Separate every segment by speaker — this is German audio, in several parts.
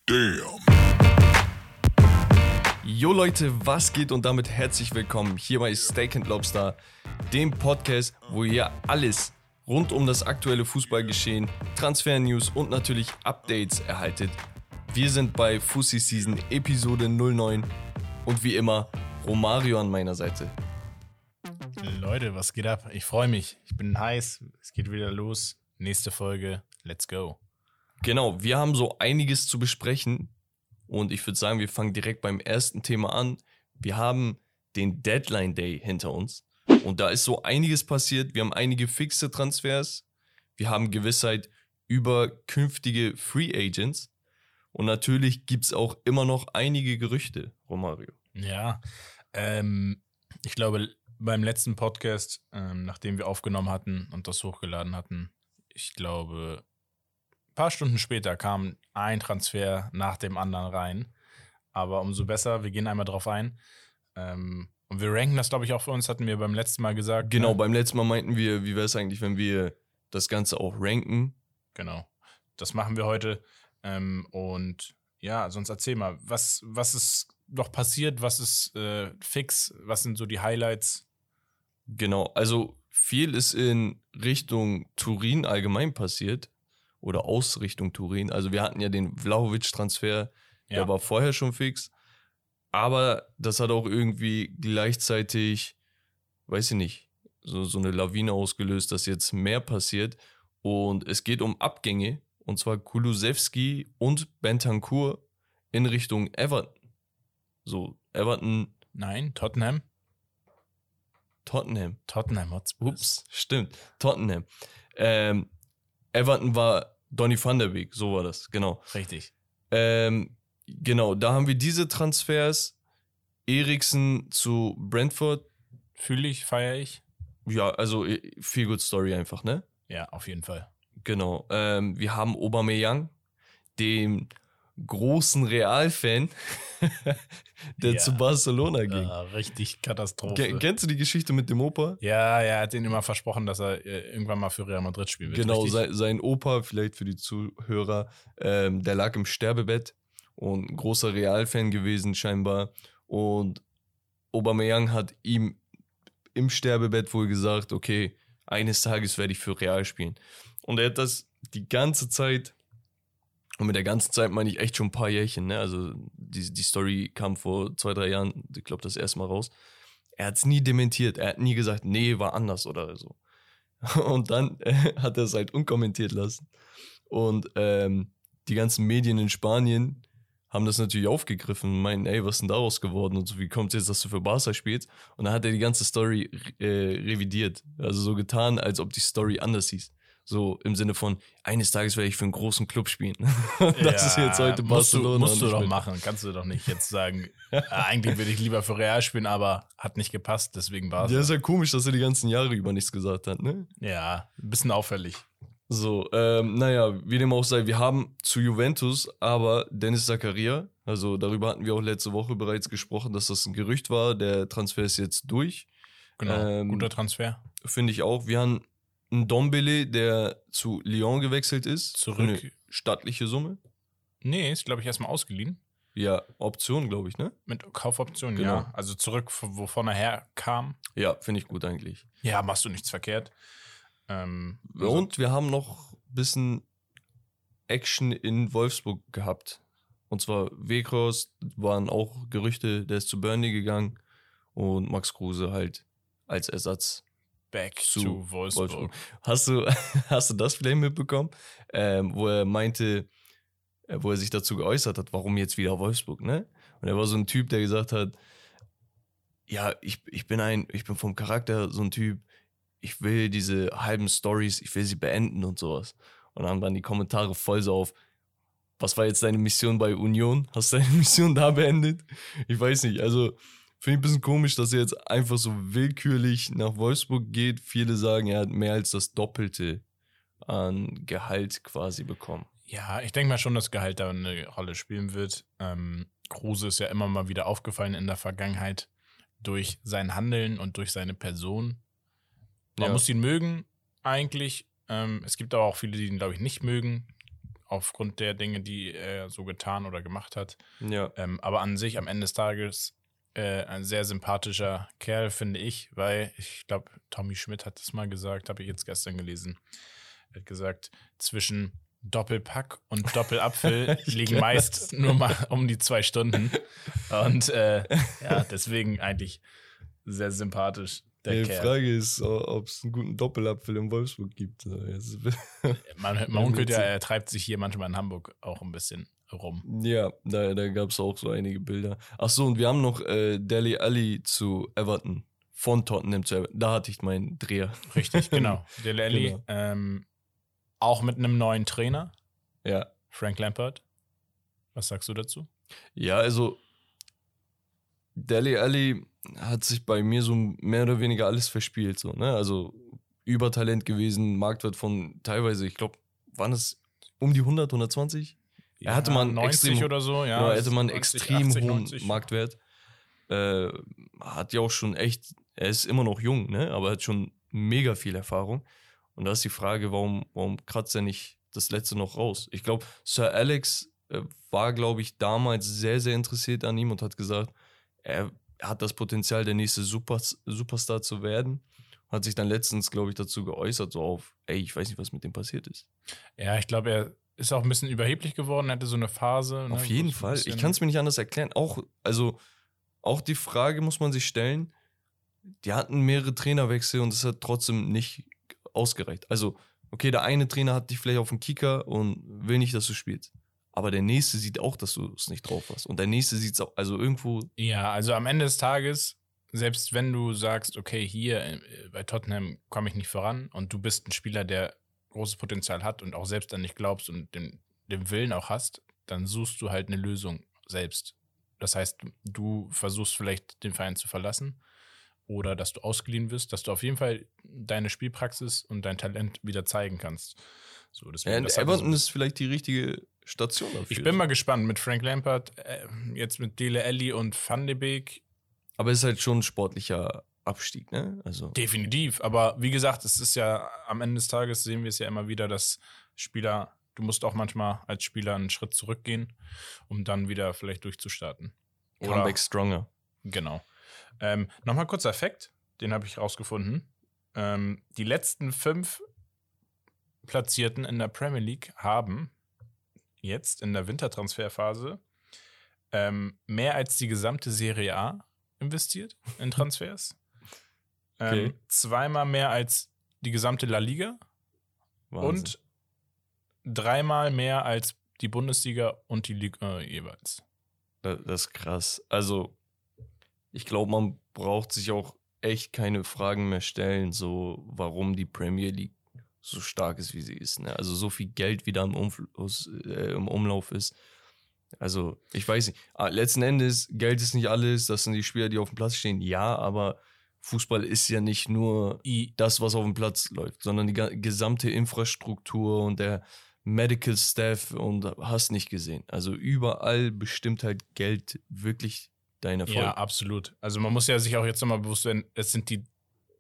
Speaker 1: Damn.
Speaker 2: Jo Leute, was geht und damit herzlich willkommen hier bei Steak & Lobster, dem Podcast, wo ihr alles rund um das aktuelle Fußballgeschehen, Transfer-News und natürlich Updates erhaltet. Wir sind bei Fussi Season Episode 09 und wie immer Romario an meiner Seite.
Speaker 3: Leute, was geht ab? Ich freue mich. Ich bin heiß. Es geht wieder los. Nächste Folge. Let's go.
Speaker 2: Genau, wir haben so einiges zu besprechen und ich würde sagen, wir fangen direkt beim ersten Thema an. Wir haben den Deadline Day hinter uns und da ist so einiges passiert. Wir haben einige fixe Transfers, wir haben Gewissheit über künftige Free Agents und natürlich gibt es auch immer noch einige Gerüchte, Romario.
Speaker 3: Ja, ich glaube, beim letzten Podcast, nachdem wir aufgenommen hatten und das hochgeladen hatten, ich glaube, ein paar Stunden später kam ein Transfer nach dem anderen rein. Aber umso besser, wir gehen einmal drauf ein. Und wir ranken das, glaube ich, auch für uns, hatten wir beim letzten Mal gesagt.
Speaker 2: Genau,
Speaker 3: ne?
Speaker 2: beim letzten Mal meinten wir, wie wäre es eigentlich, wenn wir das Ganze auch ranken?
Speaker 3: Genau, das machen wir heute. Und ja, sonst erzähl mal, was ist noch passiert, was ist fix, was sind so die Highlights?
Speaker 2: Genau, also viel ist in Richtung Turin allgemein passiert oder aus Richtung Turin. Also wir hatten ja den Vlahovic-Transfer, der war vorher schon fix, aber das hat auch irgendwie gleichzeitig, weiß ich nicht, so eine Lawine ausgelöst, dass jetzt mehr passiert und es geht um Abgänge und zwar Kulusevski und Bentancur in Richtung Everton. So, Everton.
Speaker 3: Nein, Tottenham Hotspur.
Speaker 2: Ups, stimmt. Tottenham. Everton war Donny van der Beek, so war das, genau.
Speaker 3: Richtig.
Speaker 2: Genau, da haben wir diese Transfers. Eriksen zu Brentford.
Speaker 3: Fühle ich, feiere ich.
Speaker 2: Ja, also viel good Story einfach, ne?
Speaker 3: Ja, auf jeden Fall.
Speaker 2: Genau. Wir haben Aubameyang, den großen Real-Fan, der zu Barcelona ging.
Speaker 3: Richtig Katastrophe.
Speaker 2: Kennst du die Geschichte mit dem Opa?
Speaker 3: Ja, er hat denen immer versprochen, dass er irgendwann mal für Real Madrid spielen wird.
Speaker 2: Genau, sein Opa, vielleicht für die Zuhörer, der lag im Sterbebett und ein großer Real-Fan gewesen scheinbar. Und Aubameyang hat ihm im Sterbebett wohl gesagt, okay, eines Tages werde ich für Real spielen. Und er hat das die ganze Zeit, und mit der ganzen Zeit meine ich echt schon ein paar Jährchen, ne? Also die Story kam vor 2-3 Jahren, ich glaube, das erste Mal raus. Er hat es nie dementiert, er hat nie gesagt, nee, war anders oder so. Und dann hat er es halt unkommentiert lassen. Und die ganzen Medien in Spanien haben das natürlich aufgegriffen und meinen, ey, was ist denn daraus geworden und so, wie kommt es jetzt, dass du für Barca spielst? Und dann hat er die ganze Story revidiert. Also so getan, als ob die Story anders hieß. So im Sinne von, eines Tages werde ich für einen großen Club spielen. Das ist jetzt heute Barcelona.
Speaker 3: Musst du doch machen, kannst du doch nicht jetzt sagen, eigentlich würde ich lieber für Real spielen, aber hat nicht gepasst, deswegen Barca.
Speaker 2: Ja, ist ja komisch, dass er die ganzen Jahre über nichts gesagt hat, ne?
Speaker 3: Ja, ein bisschen auffällig.
Speaker 2: So, naja, wie dem auch sei, wir haben zu Juventus, aber Dennis Zakaria, also darüber hatten wir auch letzte Woche bereits gesprochen, dass das ein Gerücht war, der Transfer ist jetzt durch.
Speaker 3: Genau, guter Transfer.
Speaker 2: Finde ich auch. Wir haben einen Ndombele, der zu Lyon gewechselt ist.
Speaker 3: Zurück.
Speaker 2: Für eine stattliche Summe.
Speaker 3: Nee, ist, glaube ich, erstmal ausgeliehen.
Speaker 2: Ja, Option, glaube ich, ne?
Speaker 3: Mit Kaufoption,
Speaker 2: Genau.
Speaker 3: ja. Also zurück, wovon er herkam.
Speaker 2: Ja, finde ich gut eigentlich.
Speaker 3: Ja, machst du nichts verkehrt.
Speaker 2: Und wir haben noch ein bisschen Action in Wolfsburg gehabt. Und zwar Weghorst, waren auch Gerüchte, der ist zu Burnley gegangen. Und Max Kruse halt als Ersatz
Speaker 3: back
Speaker 2: zu
Speaker 3: to Wolfsburg.
Speaker 2: Hast du das vielleicht mitbekommen? Wo er meinte, wo er sich dazu geäußert hat, warum jetzt wieder Wolfsburg, ne? Und er war so ein Typ, der gesagt hat, ja, ich bin vom Charakter so ein Typ, ich will diese halben Stories, ich will sie beenden und sowas. Und dann waren die Kommentare voll so auf, was war jetzt deine Mission bei Union? Hast du deine Mission da beendet? Ich weiß nicht, also finde ich ein bisschen komisch, dass er jetzt einfach so willkürlich nach Wolfsburg geht. Viele sagen, er hat mehr als das Doppelte an Gehalt quasi bekommen.
Speaker 3: Ja, ich denke mal schon, dass Gehalt da eine Rolle spielen wird. Kruse ist ja immer mal wieder aufgefallen in der Vergangenheit durch sein Handeln und durch seine Person. Man muss ihn mögen, eigentlich. Es gibt aber auch viele, die ihn, glaube ich, nicht mögen. aufgrund der Dinge, die er so getan oder gemacht hat.
Speaker 2: Ja.
Speaker 3: Aber an sich am Ende des Tages ein sehr sympathischer Kerl, finde ich, weil ich glaube, Tommy Schmidt hat das mal gesagt, habe ich jetzt gestern gelesen. Er hat gesagt, zwischen Doppelpack und Doppelapfel liegen meist nur mal um die 2 Stunden. Und ja, deswegen eigentlich sehr sympathisch.
Speaker 2: Die Frage ist, ob es einen guten Doppelapfel in Wolfsburg gibt.
Speaker 3: Man munkelt ja, er treibt sich hier manchmal in Hamburg auch ein bisschen rum.
Speaker 2: Ja, da gab es auch so einige Bilder. Ach so, und wir haben noch Dele Alli zu Everton. Von Tottenham zu Everton. Da hatte ich meinen Dreher.
Speaker 3: Richtig, genau. Dele Alli,
Speaker 2: Genau.
Speaker 3: auch mit einem neuen Trainer.
Speaker 2: Ja.
Speaker 3: Frank Lampard. Was sagst du dazu?
Speaker 2: Ja, also Dele Alli hat sich bei mir so mehr oder weniger alles verspielt. So, ne? Also Übertalent gewesen, Marktwert von teilweise, ich glaube, waren es um die 100, 120? Er hatte mal einen
Speaker 3: 90
Speaker 2: extrem,
Speaker 3: oder so, ja.
Speaker 2: Genau, er hatte mal einen
Speaker 3: 90,
Speaker 2: extrem
Speaker 3: 80,
Speaker 2: hohen
Speaker 3: 90.
Speaker 2: Marktwert. Hat ja auch schon echt, er ist immer noch jung, ne? Aber hat schon mega viel Erfahrung. Und da ist die Frage, warum kratzt er nicht das letzte noch raus? Ich glaube, Sir Alex war, glaube ich, damals sehr, sehr interessiert an ihm und hat gesagt, er hat das Potenzial, der nächste Superstar zu werden. Hat sich dann letztens, glaube ich, dazu geäußert, so auf, ich weiß nicht, was mit dem passiert ist.
Speaker 3: Ja, ich glaube, er ist auch ein bisschen überheblich geworden, hatte so eine Phase.
Speaker 2: Auf jeden Fall. Ich kann es mir nicht anders erklären. Auch die Frage muss man sich stellen, die hatten mehrere Trainerwechsel und es hat trotzdem nicht ausgereicht. Also, okay, der eine Trainer hat dich vielleicht auf dem Kicker und will nicht, dass du spielst. Aber der nächste sieht auch, dass du es nicht drauf hast. Und der nächste sieht es auch, also irgendwo.
Speaker 3: Ja, also am Ende des Tages, selbst wenn du sagst, okay, hier bei Tottenham komme ich nicht voran und du bist ein Spieler, der großes Potenzial hat und auch selbst an dich glaubst und den Willen auch hast, dann suchst du halt eine Lösung selbst. Das heißt, du versuchst vielleicht den Verein zu verlassen oder dass du ausgeliehen wirst, dass du auf jeden Fall deine Spielpraxis und dein Talent wieder zeigen kannst. So, deswegen,
Speaker 2: Everton ist vielleicht die richtige Station dafür.
Speaker 3: Ich bin mal gespannt mit Frank Lampard, jetzt mit Dele Alli und Van de Beek.
Speaker 2: Aber es ist halt schon ein sportlicher Abstieg, ne? Also.
Speaker 3: Definitiv, aber wie gesagt, es ist ja am Ende des Tages sehen wir es ja immer wieder, dass Spieler, du musst auch manchmal als Spieler einen Schritt zurückgehen, um dann wieder vielleicht durchzustarten.
Speaker 2: Comeback stronger.
Speaker 3: Genau. Nochmal kurzer Fakt, den habe ich rausgefunden. Die letzten 5 Platzierten in der Premier League haben jetzt in der Wintertransferphase mehr als die gesamte Serie A investiert in Transfers.
Speaker 2: Okay.
Speaker 3: 2-mal mehr als die gesamte La Liga.
Speaker 2: Wahnsinn.
Speaker 3: Und 3-mal mehr als die Bundesliga und die Liga jeweils.
Speaker 2: Das ist krass. Also, ich glaube, man braucht sich auch echt keine Fragen mehr stellen, so warum die Premier League so stark ist, wie sie ist. Ne? Also so viel Geld wieder im Umlauf ist. Also, ich weiß nicht. Letzten Endes, Geld ist nicht alles, das sind die Spieler, die auf dem Platz stehen. Ja, aber Fußball ist ja nicht nur das, was auf dem Platz läuft, sondern die gesamte Infrastruktur und der Medical Staff und hast nicht gesehen. Also überall bestimmt halt Geld wirklich dein Erfolg.
Speaker 3: Ja, absolut. Also man muss ja sich auch jetzt nochmal bewusst werden, es sind die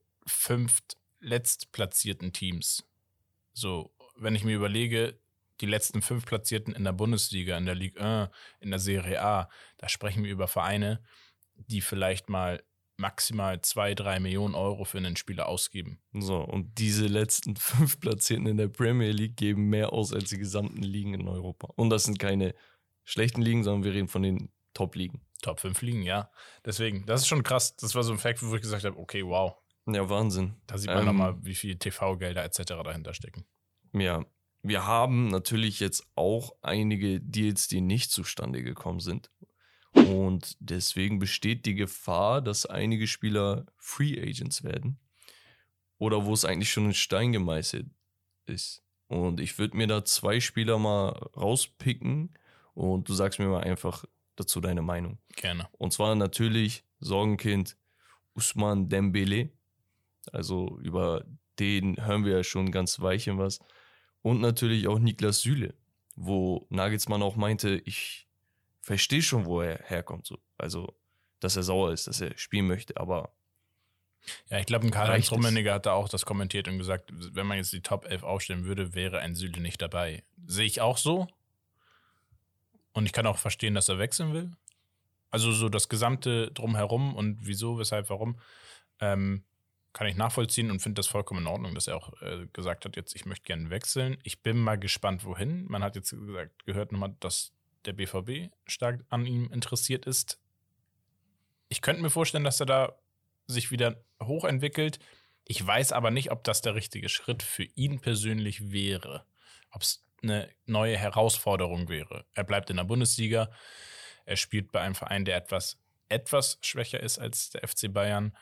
Speaker 3: 5 letztplatzierten Teams. So, wenn ich mir überlege, die letzten 5 Platzierten in der Bundesliga, in der Ligue 1, in der Serie A, da sprechen wir über Vereine, die vielleicht mal maximal 2-3 Millionen Euro für einen Spieler ausgeben.
Speaker 2: So, und diese letzten 5 Platzierten in der Premier League geben mehr aus als die gesamten Ligen in Europa. Und das sind keine schlechten Ligen, sondern wir reden von den Top-Ligen.
Speaker 3: Top 5 Ligen, ja. Deswegen, das ist schon krass. Das war so ein Fact, wo ich gesagt habe, okay, wow.
Speaker 2: Ja, Wahnsinn.
Speaker 3: Da sieht man nochmal, wie viel TV-Gelder etc. dahinter stecken.
Speaker 2: Ja, wir haben natürlich jetzt auch einige Deals, die nicht zustande gekommen sind. Und deswegen besteht die Gefahr, dass einige Spieler Free Agents werden. Oder wo es eigentlich schon in Stein gemeißelt ist. Und ich würde mir da 2 Spieler mal rauspicken und du sagst mir mal einfach dazu deine Meinung.
Speaker 3: Gerne.
Speaker 2: Und zwar natürlich Sorgenkind Ousmane Dembélé. Also über den hören wir ja schon ganz Weilchen was. Und natürlich auch Niklas Süle, wo Nagelsmann auch meinte, ich verstehe schon, wo er herkommt. So. Also, dass er sauer ist, dass er spielen möchte. Aber
Speaker 3: Ja, ich glaube, ein Karl-Heinz
Speaker 2: reicht es.
Speaker 3: Rummenigge hat da auch das kommentiert und gesagt, wenn man jetzt die Top 11 aufstellen würde, wäre ein Süle nicht dabei. Sehe ich auch so. Und ich kann auch verstehen, dass er wechseln will. Also so das gesamte Drumherum und wieso, weshalb, warum, kann ich nachvollziehen und finde das vollkommen in Ordnung, dass er auch gesagt hat, jetzt ich möchte gerne wechseln. Ich bin mal gespannt, wohin. Man hat jetzt gehört nochmal, dass der BVB stark an ihm interessiert ist. Ich könnte mir vorstellen, dass er da sich wieder hochentwickelt. Ich weiß aber nicht, ob das der richtige Schritt für ihn persönlich wäre. Ob es eine neue Herausforderung wäre. Er bleibt in der Bundesliga. Er spielt bei einem Verein, der etwas schwächer ist als der FC Bayern.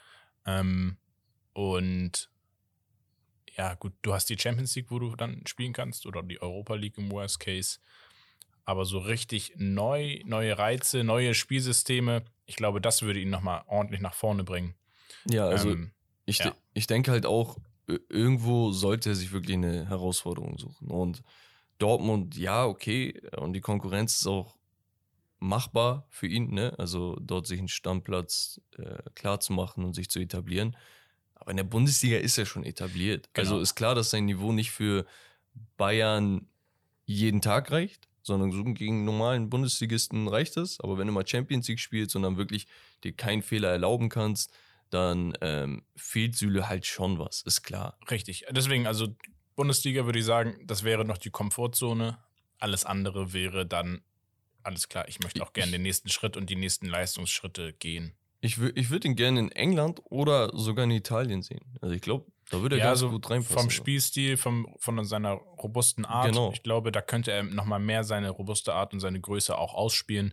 Speaker 3: Und ja, gut, du hast die Champions League, wo du dann spielen kannst, oder die Europa League im Worst Case. Aber so richtig neue Reize, neue Spielsysteme, ich glaube, das würde ihn nochmal ordentlich nach vorne bringen.
Speaker 2: Ja, also ich denke halt auch, irgendwo sollte er sich wirklich eine Herausforderung suchen. Und Dortmund, ja, okay, und die Konkurrenz ist auch machbar für ihn, ne? Also dort sich einen Stammplatz klar zu machen und sich zu etablieren. Aber in der Bundesliga ist er schon etabliert.
Speaker 3: Genau.
Speaker 2: Also ist klar, dass sein Niveau nicht für Bayern jeden Tag reicht, sondern so gegen normalen Bundesligisten reicht es. Aber wenn du mal Champions League spielst und dann wirklich dir keinen Fehler erlauben kannst, dann fehlt Süle halt schon was, ist klar.
Speaker 3: Richtig. Deswegen, also Bundesliga würde ich sagen, das wäre noch die Komfortzone. Alles andere wäre dann, alles klar, ich möchte auch gerne den nächsten Schritt und die nächsten Leistungsschritte gehen.
Speaker 2: Ich würde ihn gerne in England oder sogar in Italien sehen. Also ich glaube, da würde er ganz gut reinpassen.
Speaker 3: Vom Spielstil, von seiner robusten Art.
Speaker 2: Genau.
Speaker 3: Ich glaube, da könnte er nochmal mehr seine robuste Art und seine Größe auch ausspielen.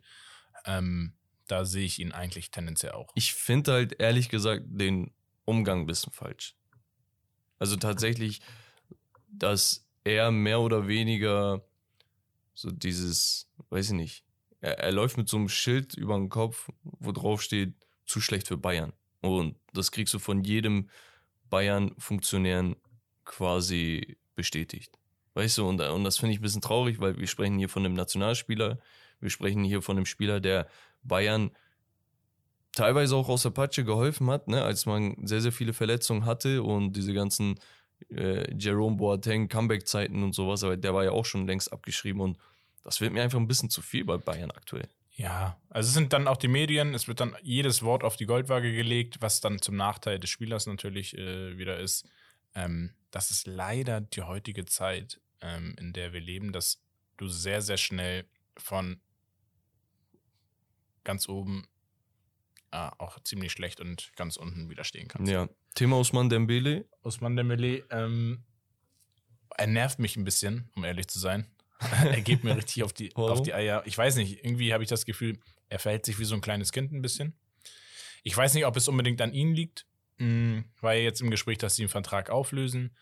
Speaker 3: Da sehe ich ihn eigentlich tendenziell auch.
Speaker 2: Ich finde halt ehrlich gesagt den Umgang ein bisschen falsch. Also tatsächlich, dass er mehr oder weniger so dieses, weiß ich nicht, er läuft mit so einem Schild über den Kopf, wo drauf steht, zu schlecht für Bayern. Und das kriegst du von jedem Bayern-Funktionären quasi bestätigt. Weißt du, und das finde ich ein bisschen traurig, weil wir sprechen hier von einem Nationalspieler, wir sprechen hier von einem Spieler, der Bayern teilweise auch aus der Patsche geholfen hat, ne, als man sehr, sehr viele Verletzungen hatte und diese ganzen Jerome Boateng Comeback-Zeiten und sowas, aber der war ja auch schon längst abgeschrieben und das wird mir einfach ein bisschen zu viel bei Bayern aktuell.
Speaker 3: Ja, also es sind dann auch die Medien, es wird dann jedes Wort auf die Goldwaage gelegt, was dann zum Nachteil des Spielers natürlich wieder ist. Das ist leider die heutige Zeit, in der wir leben, dass du sehr, sehr schnell von ganz oben auch ziemlich schlecht und ganz unten widerstehen kannst.
Speaker 2: Ja, Thema Ousmane Dembele.
Speaker 3: Ousmane Dembele, er nervt mich ein bisschen, um ehrlich zu sein. Er geht mir richtig auf die Eier. Ich weiß nicht, irgendwie habe ich das Gefühl, er verhält sich wie so ein kleines Kind ein bisschen. Ich weiß nicht, ob es unbedingt an ihm liegt. War ja jetzt im Gespräch, dass sie den Vertrag auflösen.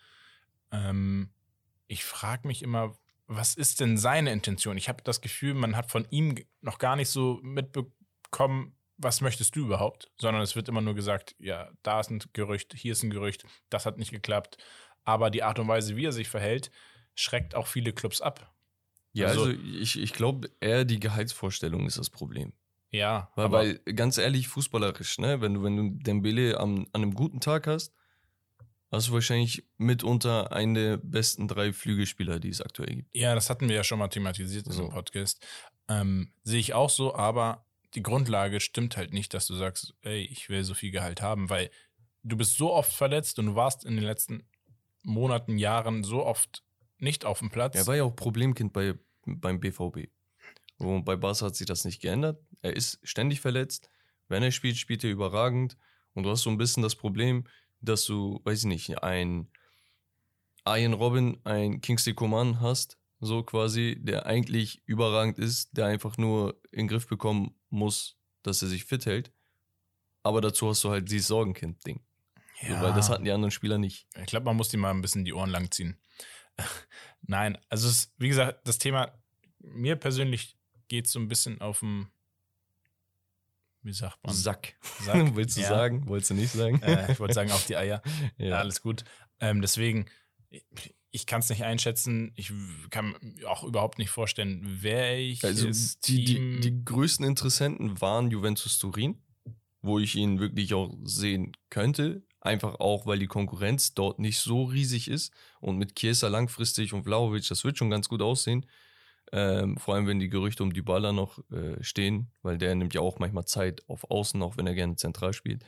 Speaker 3: Ich frage mich immer, was ist denn seine Intention? Ich habe das Gefühl, man hat von ihm noch gar nicht so mitbekommen, was möchtest du überhaupt? Sondern es wird immer nur gesagt, ja, da ist ein Gerücht, hier ist ein Gerücht, das hat nicht geklappt. Aber die Art und Weise, wie er sich verhält, schreckt auch viele Clubs ab.
Speaker 2: Ja, also ich glaube, eher die Gehaltsvorstellung ist das Problem.
Speaker 3: Ja.
Speaker 2: Weil ganz ehrlich, fußballerisch, ne, wenn du Dembele an einem guten Tag hast du wahrscheinlich mitunter einen der besten 3 Flügelspieler, die es aktuell gibt.
Speaker 3: Ja, das hatten wir ja schon mal thematisiert in diesem Podcast. Sehe ich auch so, aber die Grundlage stimmt halt nicht, dass du sagst, ey, ich will so viel Gehalt haben, weil du bist so oft verletzt und du warst in den letzten Monaten, Jahren so oft nicht auf dem Platz.
Speaker 2: Er war ja auch Problemkind beim BVB. Und bei Barca hat sich das nicht geändert. Er ist ständig verletzt. Wenn er spielt, spielt er überragend. Und du hast so ein bisschen das Problem, dass du, weiß ich nicht, ein Arjen Robben, ein Kingsley Coman hast, so quasi, der eigentlich überragend ist, der einfach nur in den Griff bekommen muss, dass er sich fit hält. Aber dazu hast du halt dieses Sorgenkind-Ding.
Speaker 3: Ja.
Speaker 2: So, weil das hatten die anderen Spieler nicht.
Speaker 3: Ich glaube, man muss die mal ein bisschen die Ohren lang ziehen. Nein, also es ist, wie gesagt, das Thema, mir persönlich geht es so ein bisschen auf dem, wie sagt man?
Speaker 2: Sack.
Speaker 3: Willst
Speaker 2: du sagen? Wolltest du nicht sagen?
Speaker 3: Ich wollte sagen, auf die Eier.
Speaker 2: Ja.
Speaker 3: Alles gut. Deswegen, ich kann es nicht einschätzen. Ich kann mir auch überhaupt nicht vorstellen, wer ich
Speaker 2: Also die größten Interessenten waren Juventus Turin, wo ich ihn wirklich auch sehen könnte. Einfach auch, weil die Konkurrenz dort nicht so riesig ist. Und mit Chiesa langfristig und Vlahovic, das wird schon ganz gut aussehen. Vor allem, wenn die Gerüchte um Dybala noch stehen, weil der nimmt ja auch manchmal Zeit auf Außen, auch wenn er gerne zentral spielt.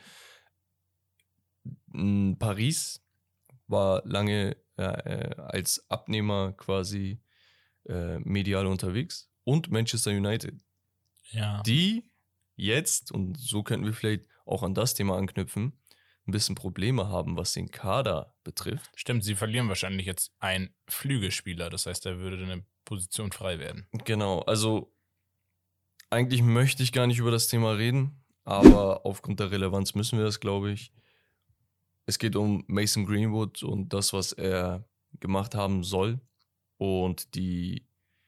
Speaker 2: Paris war lange als Abnehmer quasi medial unterwegs und Manchester United.
Speaker 3: Ja.
Speaker 2: Die jetzt, und so könnten wir vielleicht auch an das Thema anknüpfen, ein bisschen Probleme haben, was den Kader betrifft.
Speaker 3: Stimmt, sie verlieren wahrscheinlich jetzt einen Flügelspieler, das heißt, da würde eine Position frei werden.
Speaker 2: Genau, also eigentlich möchte ich gar nicht über das Thema reden, aber aufgrund der Relevanz müssen wir das, glaube ich. Es geht um Mason Greenwood und das, was er gemacht haben soll und die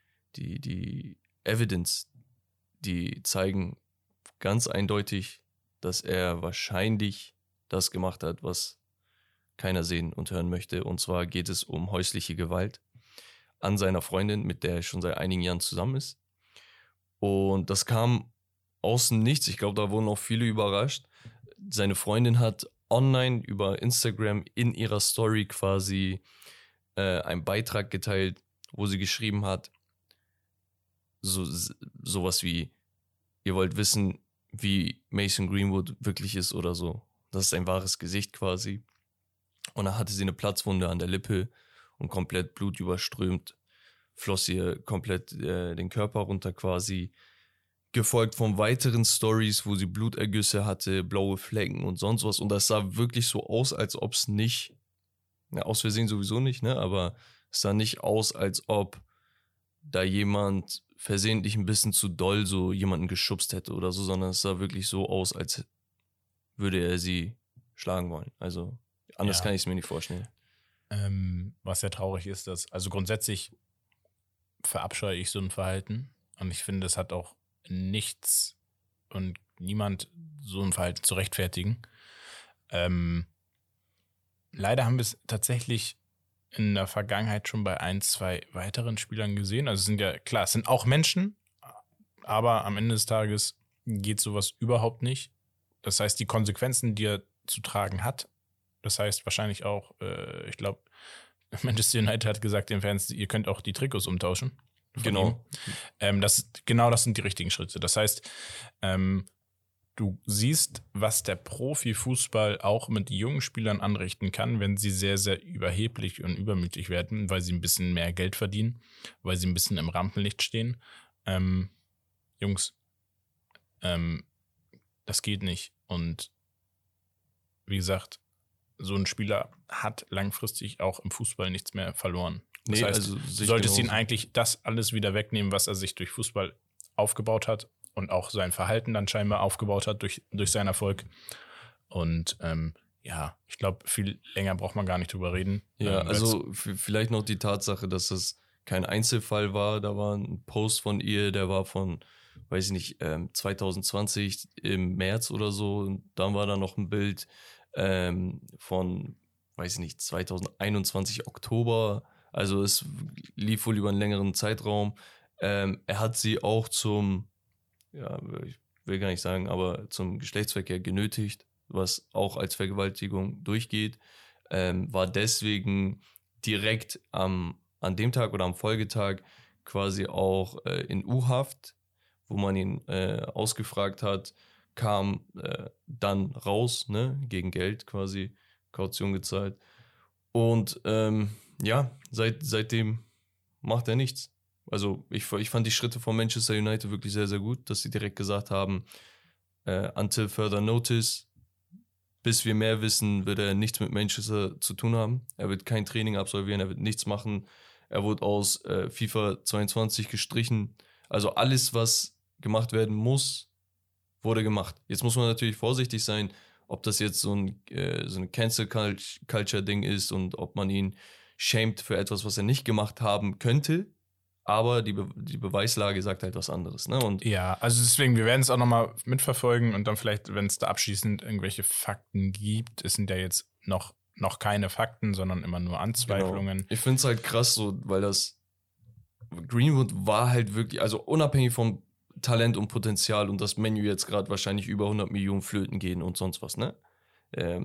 Speaker 2: Evidence, die zeigen ganz eindeutig, dass er wahrscheinlich das gemacht hat, was keiner sehen und hören möchte. Und zwar geht es um häusliche Gewalt an seiner Freundin, mit der er schon seit einigen Jahren zusammen ist. Und das kam aus dem Nichts. Ich glaube, da wurden auch viele überrascht. Seine Freundin hat online über Instagram in ihrer Story quasi einen Beitrag geteilt, wo sie geschrieben hat, sowas wie, ihr wollt wissen, wie Mason Greenwood wirklich ist oder so. Das ist sein wahres Gesicht quasi. Und da hatte sie eine Platzwunde an der Lippe und komplett blutüberströmt, floss ihr komplett den Körper runter quasi, gefolgt von weiteren Stories, wo sie Blutergüsse hatte, blaue Flecken und sonst was. Und das sah wirklich so aus, als ob es nicht, aus Versehen sowieso nicht, ne? Aber es sah nicht aus, als ob da jemand versehentlich ein bisschen zu doll so jemanden geschubst hätte oder so, sondern es sah wirklich so aus, als würde er sie schlagen wollen. Also anders kann ich es mir nicht vorstellen.
Speaker 3: Was sehr traurig ist, dass, also grundsätzlich verabscheue ich so ein Verhalten und ich finde, es hat auch nichts und niemand so ein Verhalten zu rechtfertigen. Leider haben wir es tatsächlich in der Vergangenheit schon bei 1, 2 weiteren Spielern gesehen. Also es sind ja, klar, es sind auch Menschen, aber am Ende des Tages geht sowas überhaupt nicht. Das heißt, die Konsequenzen, die er zu tragen hat, das heißt wahrscheinlich auch, ich glaube, Manchester United hat gesagt den Fans, ihr könnt auch die Trikots umtauschen.
Speaker 2: Genau.
Speaker 3: Das sind die richtigen Schritte. Das heißt, du siehst, was der Profifußball auch mit jungen Spielern anrichten kann, wenn sie sehr, sehr überheblich und übermütig werden, weil sie ein bisschen mehr Geld verdienen, weil sie ein bisschen im Rampenlicht stehen. Jungs, das geht nicht. Und wie gesagt, so ein Spieler hat langfristig auch im Fußball nichts mehr verloren. Das heißt,
Speaker 2: also
Speaker 3: du solltest ihn eigentlich das alles wieder wegnehmen, was er sich durch Fußball aufgebaut hat und auch sein Verhalten dann scheinbar aufgebaut hat durch seinen Erfolg. Und ich glaube, viel länger braucht man gar nicht drüber reden.
Speaker 2: Ja, also vielleicht noch die Tatsache, dass das kein Einzelfall war. Da war ein Post von ihr, der war von, weiß ich nicht, 2020 im März oder so. Und dann war da noch ein Bild von, weiß ich nicht, 2021 Oktober. Also es lief wohl über einen längeren Zeitraum. Er hat sie auch ich will gar nicht sagen, aber zum Geschlechtsverkehr genötigt, was auch als Vergewaltigung durchgeht, war deswegen direkt an dem Tag oder am Folgetag quasi auch in U-Haft, wo man ihn ausgefragt hat, kam dann raus, ne, gegen Geld quasi, Kaution gezahlt. Und seitdem macht er nichts. Also ich fand die Schritte von Manchester United wirklich sehr, sehr gut, dass sie direkt gesagt haben, until further notice, bis wir mehr wissen, wird er nichts mit Manchester zu tun haben. Er wird kein Training absolvieren, er wird nichts machen. Er wurde aus FIFA 22 gestrichen. Also alles, was gemacht werden muss, wurde gemacht. Jetzt muss man natürlich vorsichtig sein, ob das jetzt so ein Cancel-Culture-Ding ist und ob man ihn shamed für etwas, was er nicht gemacht haben könnte. Aber die Beweislage sagt halt was anderes. Ne? Und
Speaker 3: ja, also deswegen, wir werden es auch nochmal mitverfolgen und dann vielleicht, wenn es da abschließend irgendwelche Fakten gibt, es sind ja jetzt noch keine Fakten, sondern immer nur Anzweiflungen.
Speaker 2: Genau. Ich finde es halt krass so, weil das Greenwood war halt wirklich, also unabhängig vom Talent und Potenzial und das Menü jetzt gerade wahrscheinlich über 100 Millionen flöten gehen und sonst was, ne?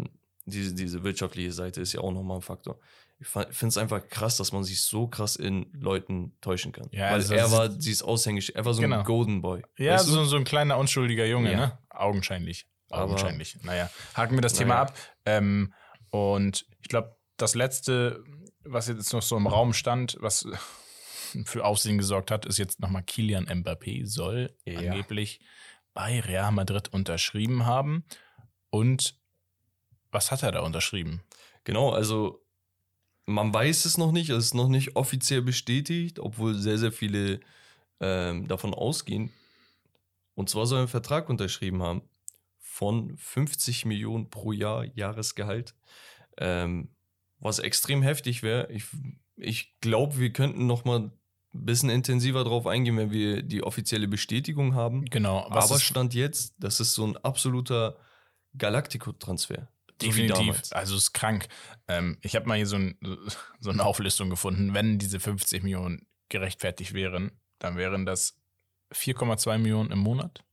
Speaker 2: diese wirtschaftliche Seite ist ja auch nochmal ein Faktor. Ich finde es einfach krass, dass man sich so krass in Leuten täuschen kann.
Speaker 3: Ja,
Speaker 2: weil
Speaker 3: also
Speaker 2: er war dieses Aushängeschild, er war so
Speaker 3: Genau.
Speaker 2: ein Golden Boy.
Speaker 3: Ja,
Speaker 2: weißt du?
Speaker 3: so ein kleiner, unschuldiger Junge,
Speaker 2: Ja.
Speaker 3: ne? Augenscheinlich.
Speaker 2: Aber-
Speaker 3: Naja, haken wir das Thema ab. Und ich glaube, das Letzte, was jetzt noch so im Raum stand, was für Aufsehen gesorgt hat, ist jetzt nochmal Kylian Mbappé soll angeblich bei Real Madrid unterschrieben haben. Und was hat er da unterschrieben?
Speaker 2: Genau, also man weiß es noch nicht, es ist noch nicht offiziell bestätigt, obwohl sehr, sehr viele davon ausgehen. Und zwar soll er einen Vertrag unterschrieben haben von 50 Millionen pro Jahr Jahresgehalt, was extrem heftig wäre. Ich glaube, wir könnten noch mal ein bisschen intensiver drauf eingehen, wenn wir die offizielle Bestätigung haben.
Speaker 3: Genau.
Speaker 2: Aber Stand jetzt, das ist so ein absoluter Galactico-Transfer. So wie
Speaker 3: Definitiv,
Speaker 2: damals.
Speaker 3: also ist krank. Ich habe mal hier so eine Auflistung gefunden. Wenn diese 50 Millionen gerechtfertigt wären, dann wären das 4,2 Millionen im Monat,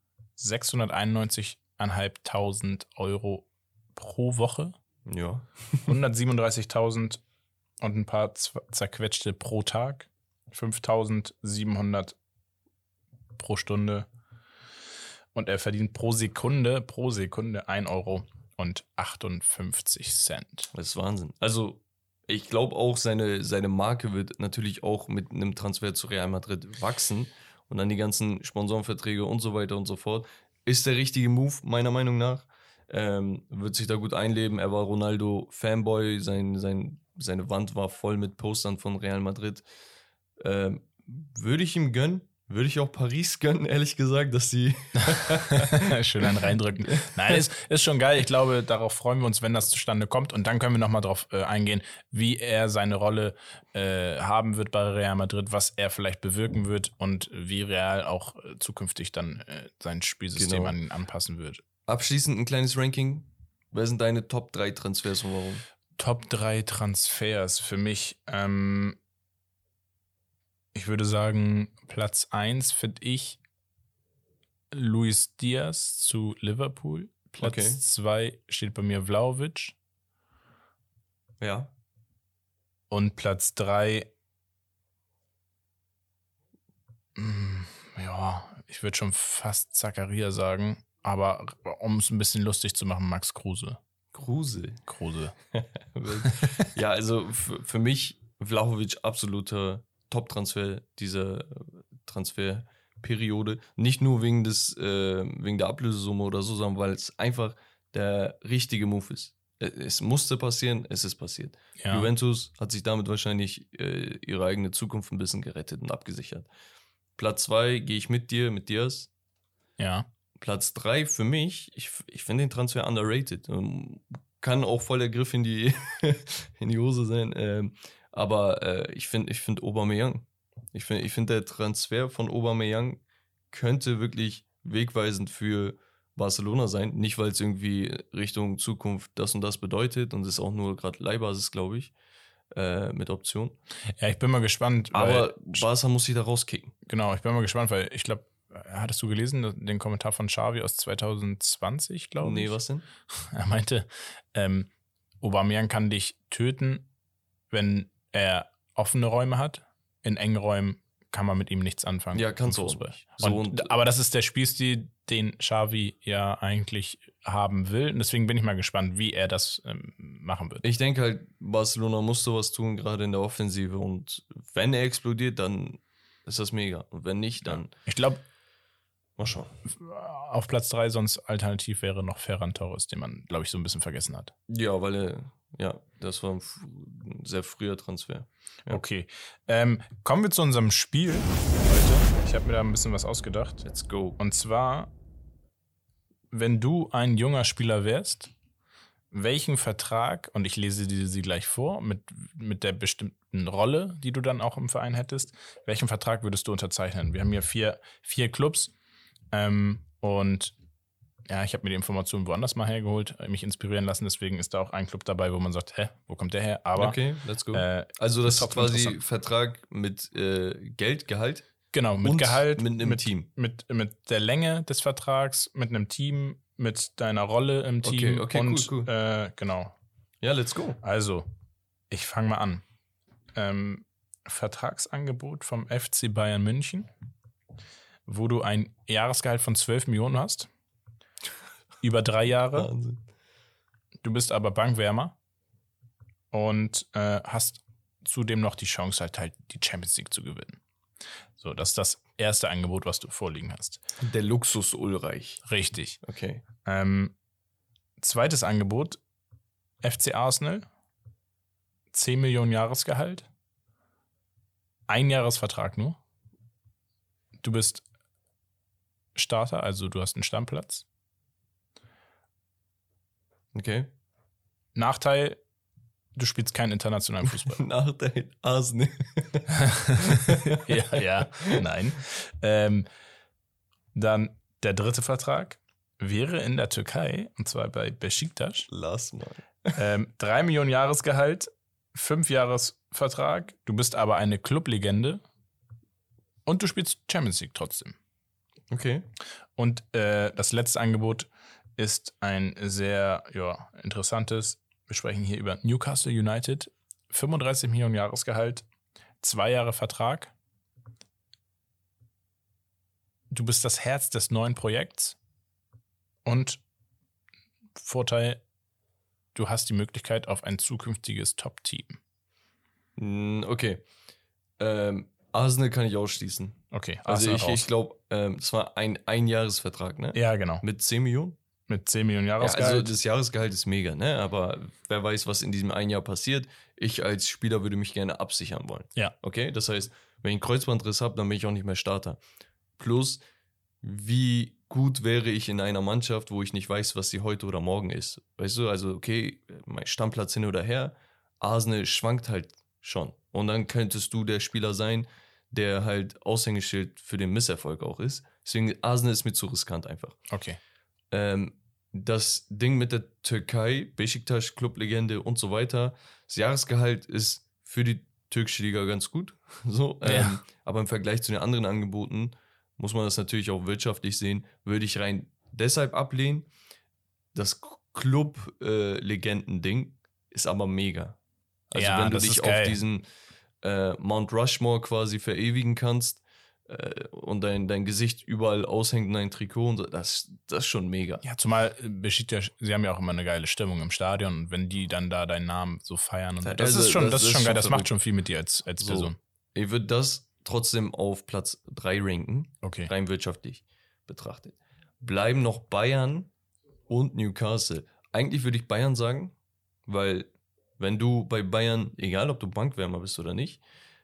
Speaker 3: 691.500 Euro pro Woche,
Speaker 2: Ja.
Speaker 3: 137.000 und ein paar zerquetschte pro Tag, 5.700 pro Stunde und er verdient pro Sekunde 1 Euro und 58 Cent.
Speaker 2: Das ist Wahnsinn. Also, ich glaube auch, seine Marke wird natürlich auch mit einem Transfer zu Real Madrid wachsen und dann die ganzen Sponsorenverträge und so weiter und so fort. Ist der richtige Move, meiner Meinung nach. Wird sich da gut einleben. Er war Ronaldo-Fanboy. Seine Wand war voll mit Postern von Real Madrid. Würde ich ihm gönnen. Würde ich auch Paris gönnen, ehrlich gesagt, dass sie...
Speaker 3: Schön einen reindrücken. Nein, ist schon geil. Ich glaube, darauf freuen wir uns, wenn das zustande kommt. Und dann können wir nochmal drauf eingehen, wie er seine Rolle haben wird bei Real Madrid, was er vielleicht bewirken wird und wie Real auch zukünftig dann sein Spielsystem an ihn anpassen wird.
Speaker 2: Abschließend ein kleines Ranking. Wer sind deine Top 3 Transfers und warum?
Speaker 3: Top 3 Transfers für mich. Ich würde sagen, Platz 1 finde ich Luis Diaz zu Liverpool. Platz 2 steht bei mir Vlahovic.
Speaker 2: Ja.
Speaker 3: Und Platz 3, ja, ich würde schon fast Zakaria sagen, aber um es ein bisschen lustig zu machen, Max Kruse.
Speaker 2: Kruse. Ja, also für mich Vlahovic absoluter Top-Transfer dieser Transferperiode. Nicht nur wegen der Ablösesumme oder so, sondern weil es einfach der richtige Move ist. Es musste passieren, es ist passiert.
Speaker 3: Ja.
Speaker 2: Juventus hat sich damit wahrscheinlich ihre eigene Zukunft ein bisschen gerettet und abgesichert. Platz 2 gehe ich mit dir, mit Diaz.
Speaker 3: Ja.
Speaker 2: Platz 3 für mich, ich finde den Transfer underrated. Kann auch voll der Griff in die Hose sein. Aber ich finde Aubameyang. Ich finde der Transfer von Aubameyang könnte wirklich wegweisend für Barcelona sein. Nicht, weil es irgendwie Richtung Zukunft das und das bedeutet und es ist auch nur gerade Leihbasis, glaube ich, mit Option.
Speaker 3: Ja, ich bin mal gespannt.
Speaker 2: Aber Barca muss sich da rauskicken.
Speaker 3: Genau, ich bin mal gespannt, weil ich glaube, hattest du gelesen, den Kommentar von Xavi aus 2020, glaube ich?
Speaker 2: Nee, was denn?
Speaker 3: Er meinte, Aubameyang kann dich töten, wenn er offene Räume hat. In engen Räumen kann man mit ihm nichts anfangen.
Speaker 2: Ja, kannst du auch
Speaker 3: Fußball.
Speaker 2: nicht. So
Speaker 3: Aber das ist der Spielstil, den Xavi ja eigentlich haben will. Und deswegen bin ich mal gespannt, wie er das machen wird.
Speaker 2: Ich denke halt, Barcelona muss sowas tun, gerade in der Offensive. Und wenn er explodiert, dann ist das mega. Und wenn nicht, dann
Speaker 3: Ich glaube,
Speaker 2: mal schauen.
Speaker 3: auf Platz 3 sonst alternativ wäre noch Ferran Torres, den man, glaube ich, so ein bisschen vergessen hat.
Speaker 2: Ja, weil das war ein sehr früher Transfer. Ja.
Speaker 3: Okay. Kommen wir zu unserem Spiel heute. Ich habe mir da ein bisschen was ausgedacht.
Speaker 2: Let's go.
Speaker 3: Und zwar, wenn du ein junger Spieler wärst, welchen Vertrag, und ich lese dir sie gleich vor, mit der bestimmten Rolle, die du dann auch im Verein hättest, welchen Vertrag würdest du unterzeichnen? Wir haben hier vier Clubs und ja, ich habe mir die Informationen woanders mal hergeholt, mich inspirieren lassen, deswegen ist da auch ein Club dabei, wo man sagt, wo kommt der her? Aber
Speaker 2: okay, let's go. Also das ist quasi
Speaker 3: interessant.
Speaker 2: Vertrag mit Geld, Gehalt?
Speaker 3: Genau, mit
Speaker 2: und
Speaker 3: Gehalt,
Speaker 2: mit einem Team.
Speaker 3: Mit der Länge des Vertrags, mit einem Team, mit deiner Rolle im Team.
Speaker 2: Okay,
Speaker 3: und
Speaker 2: cool.
Speaker 3: Genau.
Speaker 2: Ja, let's go.
Speaker 3: Also, ich fange mal an. Vertragsangebot vom FC Bayern München, wo du ein Jahresgehalt von 12 Millionen hast. Über 3 Jahre.
Speaker 2: Wahnsinn.
Speaker 3: Du bist aber Bankwärmer und hast zudem noch die Chance, halt die Champions League zu gewinnen. So, das ist das erste Angebot, was du vorliegen hast.
Speaker 2: Der Luxus Ulreich.
Speaker 3: Richtig.
Speaker 2: Okay.
Speaker 3: Zweites Angebot, FC Arsenal, 10 Millionen Jahresgehalt, 1-Jahresvertrag nur. Du bist Starter, also du hast einen Stammplatz.
Speaker 2: Okay.
Speaker 3: Nachteil, du spielst keinen internationalen Fußball.
Speaker 2: Nachteil, Arsenal.
Speaker 3: Nein. Dann der dritte Vertrag wäre in der Türkei, und zwar bei Beşiktaş.
Speaker 2: Lass mal.
Speaker 3: 3 Millionen Jahresgehalt, 5-Jahres-Vertrag. Du bist aber eine Clublegende und du spielst Champions League trotzdem.
Speaker 2: Okay.
Speaker 3: Und das letzte Angebot ist ein sehr interessantes. Wir sprechen hier über Newcastle United. 35 Millionen Jahresgehalt, 2 Jahre Vertrag. Du bist das Herz des neuen Projekts. Und Vorteil, du hast die Möglichkeit auf ein zukünftiges Top-Team.
Speaker 2: Okay. Arsenal kann ich ausschließen.
Speaker 3: Okay,
Speaker 2: Also
Speaker 3: Arsenal
Speaker 2: ich glaube, es war ein Einjahresvertrag, ne?
Speaker 3: Ja, genau.
Speaker 2: Mit 10 Millionen?
Speaker 3: Mit 10 Millionen
Speaker 2: Ja,
Speaker 3: Jahresgehalt.
Speaker 2: also das Jahresgehalt ist mega, ne? Aber wer weiß, was in diesem einen Jahr passiert. Ich als Spieler würde mich gerne absichern wollen.
Speaker 3: Ja.
Speaker 2: Okay, das heißt, wenn ich einen Kreuzbandriss habe, dann bin ich auch nicht mehr Starter. Plus, wie gut wäre ich in einer Mannschaft, wo ich nicht weiß, was sie heute oder morgen ist. Weißt du, also okay, mein Stammplatz hin oder her, Arsenal schwankt halt schon. Und dann könntest du der Spieler sein, der halt Aushängeschild für den Misserfolg auch ist. Deswegen, Arsenal ist mir zu riskant einfach.
Speaker 3: Okay.
Speaker 2: Das Ding mit der Türkei, Beşiktaş, Clublegende und so weiter, das Jahresgehalt ist für die türkische Liga ganz gut. So,
Speaker 3: Ja.
Speaker 2: Aber im Vergleich zu den anderen Angeboten muss man das natürlich auch wirtschaftlich sehen, würde ich rein deshalb ablehnen. Das Club-Legenden-Ding ist aber mega. Also
Speaker 3: Ja,
Speaker 2: wenn du
Speaker 3: das
Speaker 2: dich
Speaker 3: ist
Speaker 2: auf
Speaker 3: geil.
Speaker 2: diesen Mount Rushmore quasi verewigen kannst und dein Gesicht überall aushängt in dein Trikot, und so, das ist schon mega.
Speaker 3: Ja, zumal Beşiktaş, sie haben ja auch immer eine geile Stimmung im Stadion und wenn die dann da deinen Namen so feiern und so, das
Speaker 2: Also,
Speaker 3: ist schon
Speaker 2: das ist
Speaker 3: geil,
Speaker 2: schon
Speaker 3: das macht
Speaker 2: verrückt.
Speaker 3: schon viel mit dir als
Speaker 2: So.
Speaker 3: Person.
Speaker 2: Ich würde das trotzdem auf Platz 3 ranken,
Speaker 3: Okay.
Speaker 2: rein wirtschaftlich betrachtet. Bleiben noch Bayern und Newcastle. Eigentlich würde ich Bayern sagen, weil wenn du bei Bayern, egal ob du Bankwärmer bist oder nicht,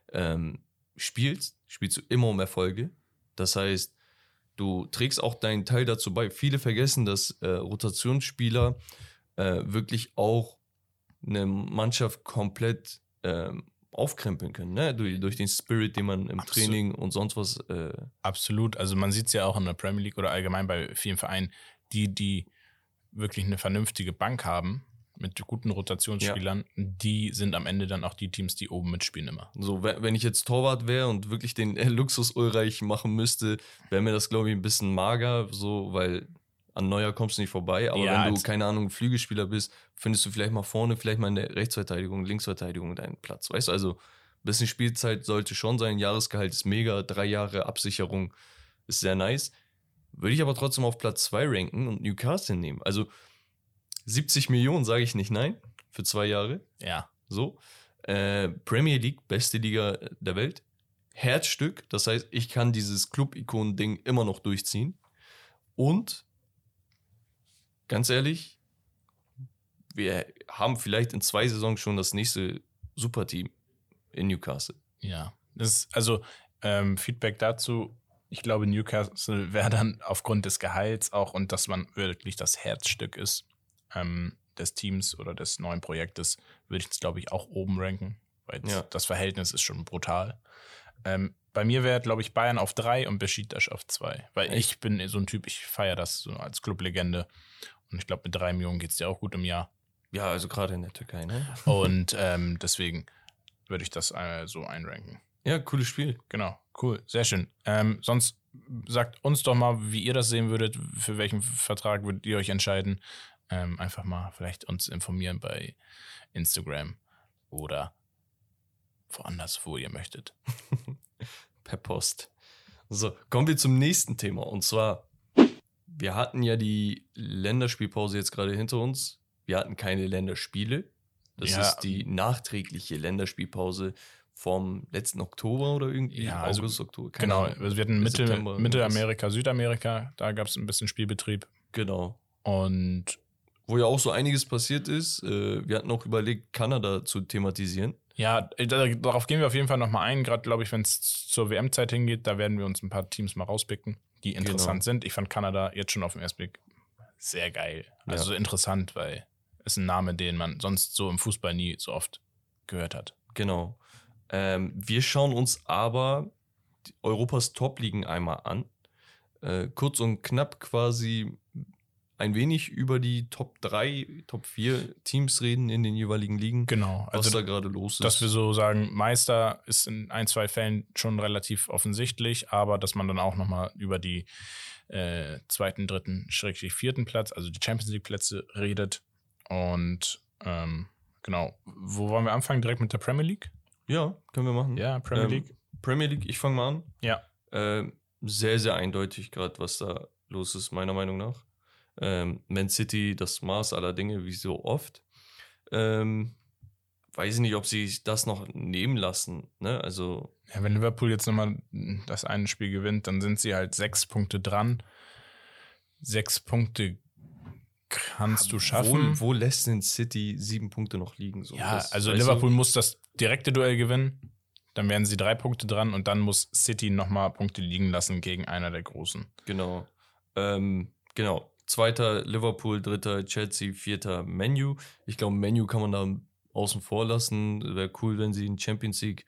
Speaker 2: spielst du immer um Erfolge. Das heißt, du trägst auch deinen Teil dazu bei. Viele vergessen, dass Rotationsspieler wirklich auch eine Mannschaft komplett aufkrempeln können, ne? Durch den Spirit, den man im
Speaker 3: Absolut.
Speaker 2: Training und sonst was.
Speaker 3: Absolut. Also man sieht es ja auch in der Premier League oder allgemein bei vielen Vereinen, die wirklich eine vernünftige Bank haben mit guten Rotationsspielern, die sind am Ende dann auch die Teams, die oben mitspielen immer.
Speaker 2: So, wenn ich jetzt Torwart wäre und wirklich den Luxus-Ulreich machen müsste, wäre mir das, glaube ich, ein bisschen mager, so, weil an Neuer kommst du nicht vorbei. Aber
Speaker 3: Ja,
Speaker 2: wenn du, keine Ahnung, Flügelspieler bist, findest du vielleicht mal vorne, vielleicht mal in der Rechtsverteidigung, Linksverteidigung deinen Platz. Weißt du, also ein bisschen Spielzeit sollte schon sein. Jahresgehalt ist mega, 3 Jahre Absicherung ist sehr nice. Würde ich aber trotzdem auf Platz 2 ranken und Newcastle nehmen. Also 70 Millionen sage ich nicht nein für 2 Jahre.
Speaker 3: Ja.
Speaker 2: So. Premier League, beste Liga der Welt. Herzstück, das heißt, ich kann dieses Club-Ikonen-Ding immer noch durchziehen. Und ganz ehrlich, wir haben vielleicht in 2 Saisons schon das nächste Superteam in Newcastle.
Speaker 3: Ja. Feedback dazu. Ich glaube, Newcastle wäre dann aufgrund des Gehalts auch und dass man wirklich das Herzstück ist des Teams oder des neuen Projektes, würde ich es, glaube ich, auch oben ranken, weil das Verhältnis ist schon brutal. Bei mir wäre, glaube ich, Bayern auf 3 und Beşiktaş auf 2, weil ich bin so ein Typ, ich feiere das so als Clublegende und ich glaube, mit 3 Millionen geht es dir auch gut im Jahr.
Speaker 2: Ja, also gerade in der Türkei, ne?
Speaker 3: Und deswegen würde ich das so einranken.
Speaker 2: Ja, cooles Spiel.
Speaker 3: Genau, cool, sehr schön. Sonst sagt uns doch mal, wie ihr das sehen würdet, für welchen Vertrag würdet ihr euch entscheiden. Einfach mal vielleicht uns informieren bei Instagram oder woanders, wo ihr möchtet.
Speaker 2: Per Post. So, kommen wir zum nächsten Thema. Und zwar, wir hatten ja die Länderspielpause jetzt gerade hinter uns. Wir hatten keine Länderspiele. Das ist die nachträgliche Länderspielpause vom letzten Oktober oder irgendwie August, Oktober.
Speaker 3: Genau, also wir hatten Mittelamerika, Südamerika, da gab es ein bisschen Spielbetrieb.
Speaker 2: Genau.
Speaker 3: Und
Speaker 2: wo ja auch so einiges passiert ist. Wir hatten auch überlegt, Kanada zu thematisieren.
Speaker 3: Ja, darauf gehen wir auf jeden Fall nochmal ein. Gerade, glaube ich, wenn es zur WM-Zeit hingeht, da werden wir uns ein paar Teams mal rauspicken, die interessant sind. Ich fand Kanada jetzt schon auf den ersten Blick sehr geil. Also interessant, weil es ein Name, den man sonst so im Fußball nie so oft gehört hat.
Speaker 2: Genau. Wir schauen uns aber Europas Top-Ligen einmal an. Kurz und knapp quasi ein wenig über die Top 3, Top 4 Teams reden in den jeweiligen Ligen.
Speaker 3: Genau.
Speaker 2: Was da gerade los ist.
Speaker 3: Dass wir so sagen, Meister ist in 1, 2 Fällen schon relativ offensichtlich, aber dass man dann auch nochmal über die 2., 3., / 4. Platz, also die Champions League Plätze redet. Und genau. Wo wollen wir anfangen? Direkt mit der Premier League?
Speaker 2: Ja, können wir machen.
Speaker 3: Ja, Premier League.
Speaker 2: Premier League, ich fange mal an.
Speaker 3: Ja.
Speaker 2: Sehr, sehr eindeutig gerade, was da los ist, meiner Meinung nach. Man City, das Maß aller Dinge, wie so oft. Weiß ich nicht, ob sie sich das noch nehmen lassen. Ne? Also,
Speaker 3: ja, wenn Liverpool jetzt nochmal das eine Spiel gewinnt, dann sind sie halt 6 Punkte dran. 6 Punkte kannst du schaffen.
Speaker 2: Wo lässt denn City 7 Punkte noch liegen? So,
Speaker 3: ja, also Liverpool muss das direkte Duell gewinnen. Dann werden sie 3 Punkte dran und dann muss City nochmal Punkte liegen lassen gegen einer der Großen.
Speaker 2: Genau. Genau. 2. Liverpool, 3. Chelsea, 4. Man U. Ich glaube, Man U kann man da außen vor lassen. Wäre cool, wenn sie einen Champions League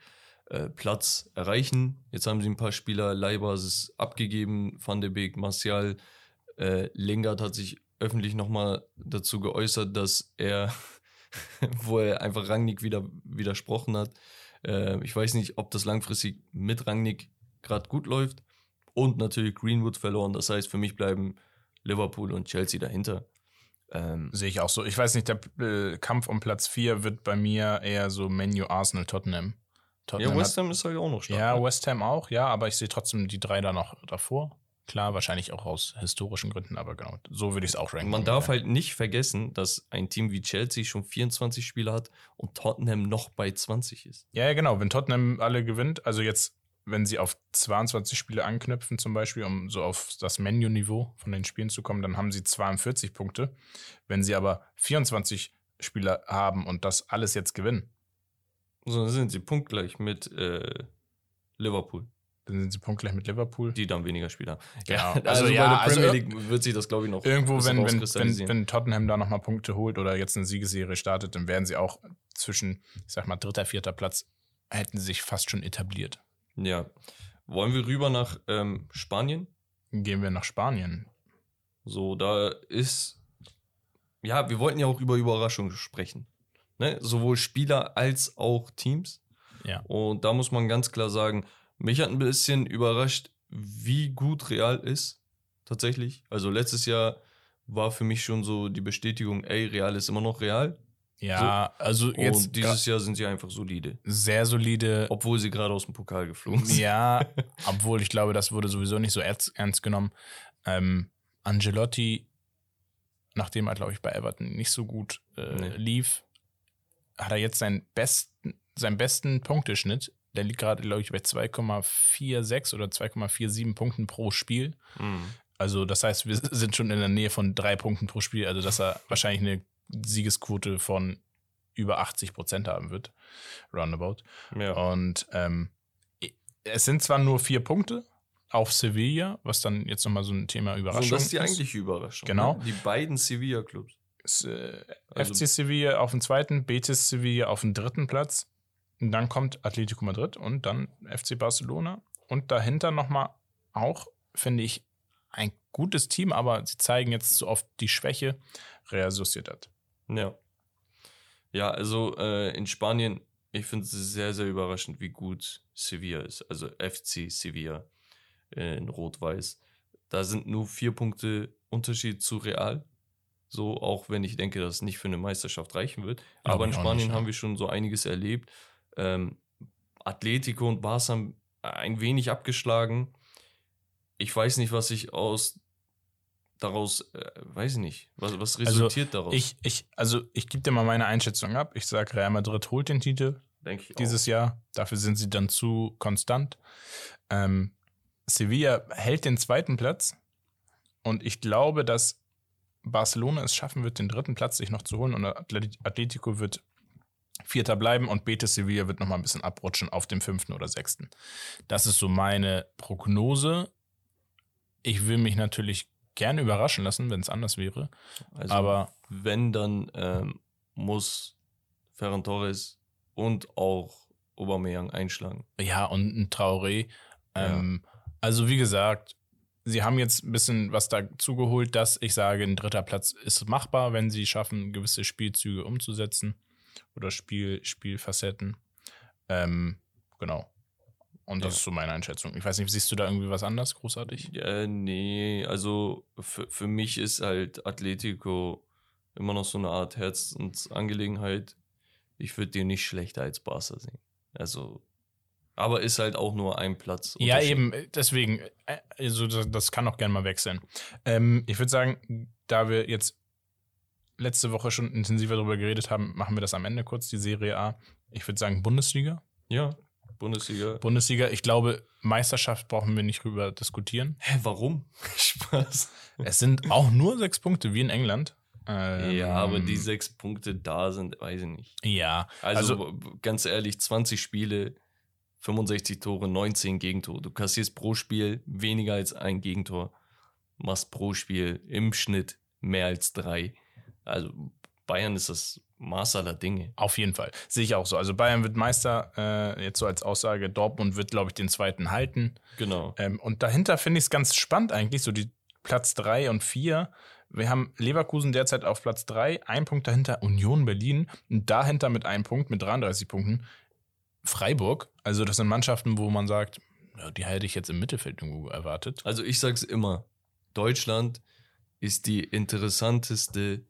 Speaker 2: Platz erreichen. Jetzt haben sie ein paar Spieler Leihbasis abgegeben. Van de Beek, Martial, Lingard hat sich öffentlich nochmal dazu geäußert, dass er, wo er einfach Rangnick widersprochen hat. Ich weiß nicht, ob das langfristig mit Rangnick gerade gut läuft. Und natürlich Greenwood verloren. Das heißt, für mich bleiben Liverpool und Chelsea dahinter.
Speaker 3: Sehe ich auch so. Ich weiß nicht, der Kampf um Platz 4 wird bei mir eher so Man U, Arsenal, Tottenham.
Speaker 2: Ja, West Ham ist halt auch noch stark.
Speaker 3: Ja, West Ham auch, ja, aber ich sehe trotzdem die 3 da noch davor. Klar, wahrscheinlich auch aus historischen Gründen, aber genau, so würde ich es auch ranken.
Speaker 2: Man darf halt nicht vergessen, dass ein Team wie Chelsea schon 24 Spieler hat und Tottenham noch bei 20 ist.
Speaker 3: Ja, genau, wenn Tottenham alle gewinnt, also jetzt, wenn sie auf 22 Spiele anknüpfen zum Beispiel, um so auf das Menu-Niveau von den Spielen zu kommen, dann haben sie 42 Punkte. Wenn sie aber 24 Spieler haben und das alles jetzt gewinnen.
Speaker 2: So, dann sind sie punktgleich mit Liverpool.
Speaker 3: Dann sind sie punktgleich mit Liverpool.
Speaker 2: Die dann weniger Spieler.
Speaker 3: Ja,
Speaker 2: also bei der Premier League wird sich das, glaube ich, noch
Speaker 3: irgendwo, wenn Tottenham da nochmal Punkte holt oder jetzt eine Siegesserie startet, dann werden sie auch zwischen, ich sag mal, 3., 4. Platz, hätten sie sich fast schon etabliert.
Speaker 2: Ja. Wollen wir rüber nach Spanien?
Speaker 3: Gehen wir nach Spanien.
Speaker 2: So, da ist, ja, wir wollten ja auch über Überraschungen sprechen. Ne? Sowohl Spieler als auch Teams.
Speaker 3: Ja.
Speaker 2: Und da muss man ganz klar sagen, mich hat ein bisschen überrascht, wie gut Real ist, tatsächlich. Also letztes Jahr war für mich schon so die Bestätigung, ey, Real ist immer noch Real.
Speaker 3: Ja, so. Also jetzt.
Speaker 2: Und dieses Jahr sind sie einfach solide.
Speaker 3: Sehr solide.
Speaker 2: Obwohl sie gerade aus dem Pokal geflogen sind.
Speaker 3: Ja, obwohl ich glaube, das wurde sowieso nicht so ernst genommen. Ancelotti, nachdem er, glaube ich, bei Everton nicht so gut lief, hat er jetzt seinen besten Punkteschnitt. Der liegt gerade, glaube ich, bei 2,46 oder 2,47 Punkten pro Spiel. Mhm. Also das heißt, wir sind schon in der Nähe von 3 Punkten pro Spiel. Also dass er wahrscheinlich eine Siegesquote von über 80% haben wird. Roundabout. Ja. Und es sind zwar nur 4 Punkte auf Sevilla, was dann jetzt nochmal so ein Thema Überraschung ist.
Speaker 2: Das ist die eigentliche Überraschung.
Speaker 3: Genau.
Speaker 2: Ne? Die beiden Sevilla-Clubs.
Speaker 3: FC Sevilla auf dem 2., Betis Sevilla auf dem 3. Platz. Und dann kommt Atletico Madrid und dann FC Barcelona. Und dahinter nochmal auch, finde ich, ein gutes Team, aber sie zeigen jetzt so oft die Schwäche. Real Sociedad.
Speaker 2: Ja. Ja, also in Spanien, ich finde es sehr, sehr überraschend, wie gut Sevilla ist. Also FC Sevilla. in Rot-Weiß. Da sind nur 4 Punkte Unterschied zu Real. So, auch wenn ich denke, dass es nicht für eine Meisterschaft reichen wird. Aber in Spanien haben wir schon so einiges erlebt. Atletico und Barca haben ein wenig abgeschlagen. Ich weiß nicht, was ich daraus, weiß ich nicht, was resultiert daraus?
Speaker 3: Ich gebe dir mal meine Einschätzung ab. Ich sage, Real Madrid holt den Titel dieses Jahr. Dafür sind sie dann zu konstant. Sevilla hält den 2. Platz und ich glaube, dass Barcelona es schaffen wird, den 3. Platz sich noch zu holen und Atletico wird 4. bleiben und Betis Sevilla wird noch mal ein bisschen abrutschen auf dem 5. oder 6. Das ist so meine Prognose. Ich will mich natürlich gerne überraschen lassen, wenn es anders wäre.
Speaker 2: Also,
Speaker 3: aber
Speaker 2: wenn, dann muss Ferran Torres und auch Aubameyang einschlagen.
Speaker 3: Ja, und ein Traoré. Also wie gesagt, sie haben jetzt ein bisschen was dazu geholt, dass ich sage, ein 3. Platz ist machbar, wenn sie schaffen, gewisse Spielzüge umzusetzen oder Spielfacetten. Genau. Und das ist so meine Einschätzung. Ich weiß nicht, siehst du da irgendwie was anders großartig?
Speaker 2: Nee, also für mich ist halt Atletico immer noch so eine Art Herzensangelegenheit. Ich würde die nicht schlechter als Barca sehen. Also, aber ist halt auch nur ein Platz.
Speaker 3: Ja, eben, deswegen, also das kann auch gerne mal wechseln. Ich würde sagen, da wir jetzt letzte Woche schon intensiver darüber geredet haben, machen wir das am Ende kurz, die Serie A. Ich würde sagen Bundesliga.
Speaker 2: Ja, Bundesliga. Ich glaube, Meisterschaft brauchen wir nicht drüber diskutieren. Hä, warum? Spaß.
Speaker 3: Es sind auch nur 6 Punkte, wie in England.
Speaker 2: Ja, aber die 6 Punkte da sind, weiß ich nicht.
Speaker 3: Ja.
Speaker 2: Also ganz ehrlich, 20 Spiele, 65 Tore, 19 Gegentore. Du kassierst pro Spiel weniger als ein Gegentor. Machst pro Spiel im Schnitt mehr als 3. Also Bayern ist das Maß aller Dinge.
Speaker 3: Auf jeden Fall. Sehe ich auch so. Also Bayern wird Meister, jetzt so als Aussage. Dortmund wird, glaube ich, den 2. halten.
Speaker 2: Genau.
Speaker 3: Und dahinter finde ich es ganz spannend eigentlich, so die Platz 3 und 4. Wir haben Leverkusen derzeit auf Platz 3, 1 Punkt dahinter Union Berlin und dahinter mit 1 Punkt, mit 33 Punkten Freiburg. Also das sind Mannschaften, wo man sagt, ja, die hätte ich jetzt im Mittelfeld irgendwo erwartet.
Speaker 2: Also ich sag's immer, Deutschland ist die interessanteste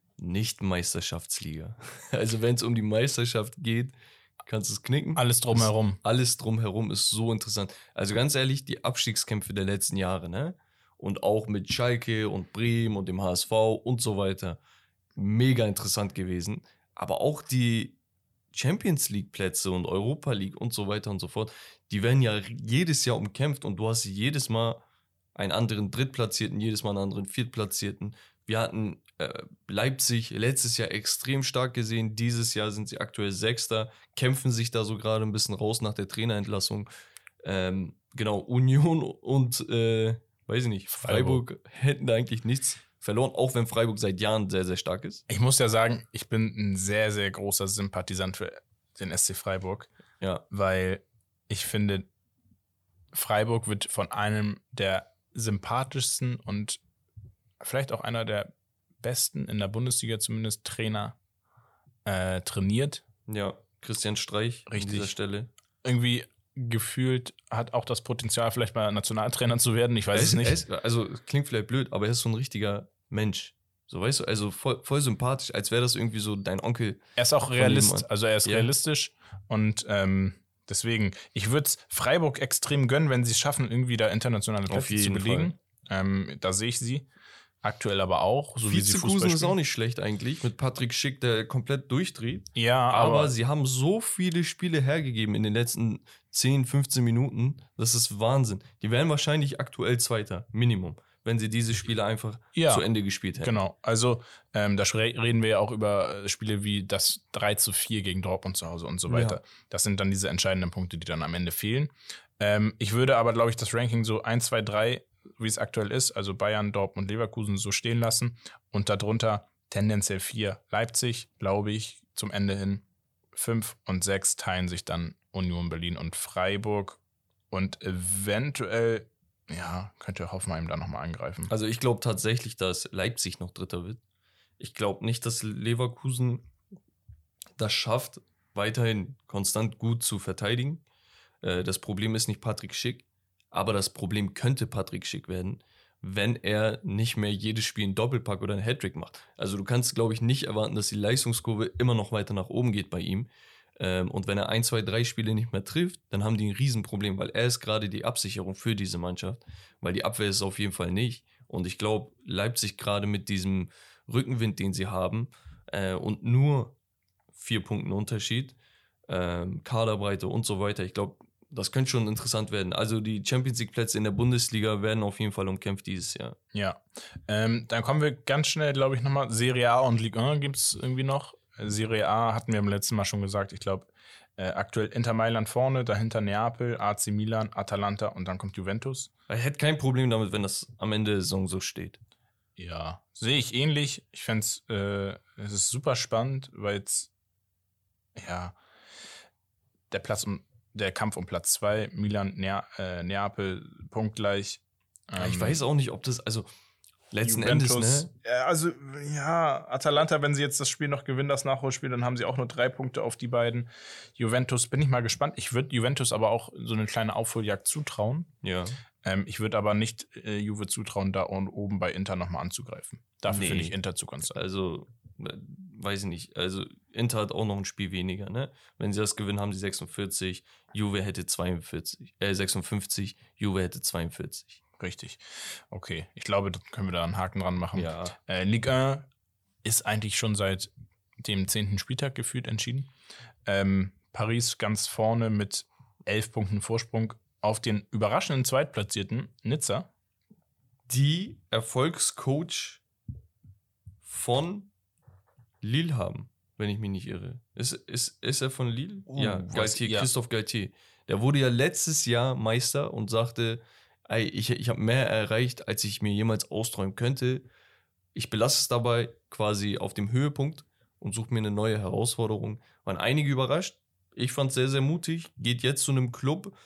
Speaker 2: Nicht-Meisterschaftsliga. Also wenn es um die Meisterschaft geht, kannst du es knicken.
Speaker 3: Alles drumherum.
Speaker 2: Alles drumherum ist so interessant. Also ganz ehrlich, die Abstiegskämpfe der letzten Jahre, ne? Und auch mit Schalke und Bremen und dem HSV und so weiter. Mega interessant gewesen. Aber auch die Champions League Plätze und Europa League und so weiter und so fort, die werden ja jedes Jahr umkämpft und du hast jedes Mal einen anderen Drittplatzierten, jedes Mal einen anderen Viertplatzierten. Wir hatten Leipzig letztes Jahr extrem stark gesehen. Dieses Jahr sind sie aktuell 6. Kämpfen sich da so gerade ein bisschen raus nach der Trainerentlassung. Genau, Union und weiß ich nicht, Freiburg hätten da eigentlich nichts verloren, auch wenn Freiburg seit Jahren sehr, sehr stark ist.
Speaker 3: Ich muss ja sagen, ich bin ein sehr, sehr großer Sympathisant für den SC Freiburg.
Speaker 2: Ja.
Speaker 3: Weil ich finde, Freiburg wird von einem der sympathischsten und vielleicht auch einer der besten in der Bundesliga zumindest Trainer trainiert.
Speaker 2: Ja, Christian Streich
Speaker 3: Richtig.
Speaker 2: An dieser Stelle.
Speaker 3: Irgendwie gefühlt hat auch das Potenzial, vielleicht mal Nationaltrainer zu werden. Ich weiß es nicht.
Speaker 2: Also klingt vielleicht blöd, aber er ist so ein richtiger Mensch. So, weißt du, also voll sympathisch, als wäre das irgendwie so dein Onkel.
Speaker 3: Er ist auch Realist, also er ist realistisch und deswegen, ich würde es Freiburg extrem gönnen, wenn sie es schaffen, irgendwie da internationale Plätze zu belegen. Da sehe ich sie. Aktuell aber auch, so wie sie Fußball spielen.
Speaker 2: ist auch nicht schlecht eigentlich, mit Patrick Schick, der komplett durchdreht.
Speaker 3: Ja,
Speaker 2: aber sie haben so viele Spiele hergegeben in den letzten 10, 15 Minuten. Das ist Wahnsinn. Die wären wahrscheinlich aktuell Zweiter, Minimum, wenn sie diese Spiele einfach zu Ende gespielt hätten.
Speaker 3: Genau, also da reden wir ja auch über Spiele wie das 3:4 gegen Dortmund zu Hause und so weiter. Ja. Das sind dann diese entscheidenden Punkte, die dann am Ende fehlen. Ich würde aber, glaube ich, das Ranking so 1, 2, 3, wie es aktuell ist, also Bayern, Dortmund, Leverkusen so stehen lassen und darunter tendenziell 4 Leipzig, glaube ich, zum Ende hin. 5 und 6 teilen sich dann Union Berlin und Freiburg und eventuell, ja, könnte Hoffenheim da nochmal angreifen.
Speaker 2: Also ich glaube tatsächlich, dass Leipzig noch Dritter wird. Ich glaube nicht, dass Leverkusen das schafft, weiterhin konstant gut zu verteidigen. Das Problem ist nicht Patrick Schick, Aber das Problem könnte Patrick Schick werden, wenn er nicht mehr jedes Spiel einen Doppelpack oder einen Hattrick macht. Also du kannst, glaube ich, nicht erwarten, dass die Leistungskurve immer noch weiter nach oben geht bei ihm. Und wenn er 1, 2, 3 Spiele nicht mehr trifft, dann haben die ein Riesenproblem, weil er ist gerade die Absicherung für diese Mannschaft, weil die Abwehr ist es auf jeden Fall nicht. Und ich glaube, Leipzig gerade mit diesem Rückenwind, den sie haben, und nur 4 Punkten Unterschied, Kaderbreite und so weiter, ich glaube, das könnte schon interessant werden. Also die Champions-League-Plätze in der Bundesliga werden auf jeden Fall umkämpft dieses Jahr.
Speaker 3: Ja, dann kommen wir ganz schnell, glaube ich, nochmal. Serie A und Ligue 1 gibt es irgendwie noch. Serie A hatten wir im letzten Mal schon gesagt. Ich glaube, aktuell Inter Mailand vorne, dahinter Neapel, AC Milan, Atalanta und dann kommt Juventus.
Speaker 2: Ich hätte kein Problem damit, wenn das am Ende der Saison so steht.
Speaker 3: Ja, sehe ich ähnlich. Ich fände es ist super spannend, weil jetzt, ja, der Kampf um Platz 2, Milan, Neapel punktgleich.
Speaker 2: Ich weiß auch nicht, ob das, also letzten
Speaker 3: Juventus,
Speaker 2: Endes, ne?
Speaker 3: Also, ja, Atalanta, wenn sie jetzt das Spiel noch gewinnen, das Nachholspiel, dann haben sie auch nur 3 Punkte auf die beiden. Juventus, bin ich mal gespannt. Ich würde Juventus aber auch so eine kleine Aufholjagd zutrauen.
Speaker 2: Ja.
Speaker 3: Ich würde aber nicht Juve zutrauen, da oben bei Inter nochmal anzugreifen. Dafür finde ich Inter zu konstant.
Speaker 2: Also, weiß ich nicht. Also, Inter hat auch noch ein Spiel weniger, ne? Wenn sie das gewinnen, haben sie 46. Juve hätte 56. Juve hätte 42.
Speaker 3: Richtig. Okay. Ich glaube, da können wir da einen Haken dran machen.
Speaker 2: Ja.
Speaker 3: Ligue 1 ist eigentlich schon seit dem 10. Spieltag gefühlt entschieden. Paris ganz vorne mit 11 Punkten Vorsprung auf den überraschenden Zweitplatzierten Nizza.
Speaker 2: Die Erfolgscoach von Lille haben, wenn ich mich nicht irre. Ist er von Lille? Ja, Galtier,
Speaker 3: ja.
Speaker 2: Christophe Galtier. Der wurde ja letztes Jahr Meister und sagte, ey, ich habe mehr erreicht, als ich mir jemals austräumen könnte. Ich belasse es dabei quasi auf dem Höhepunkt und suche mir eine neue Herausforderung. Waren einige überrascht. Ich fand es sehr, sehr mutig. Geht jetzt zu einem Club,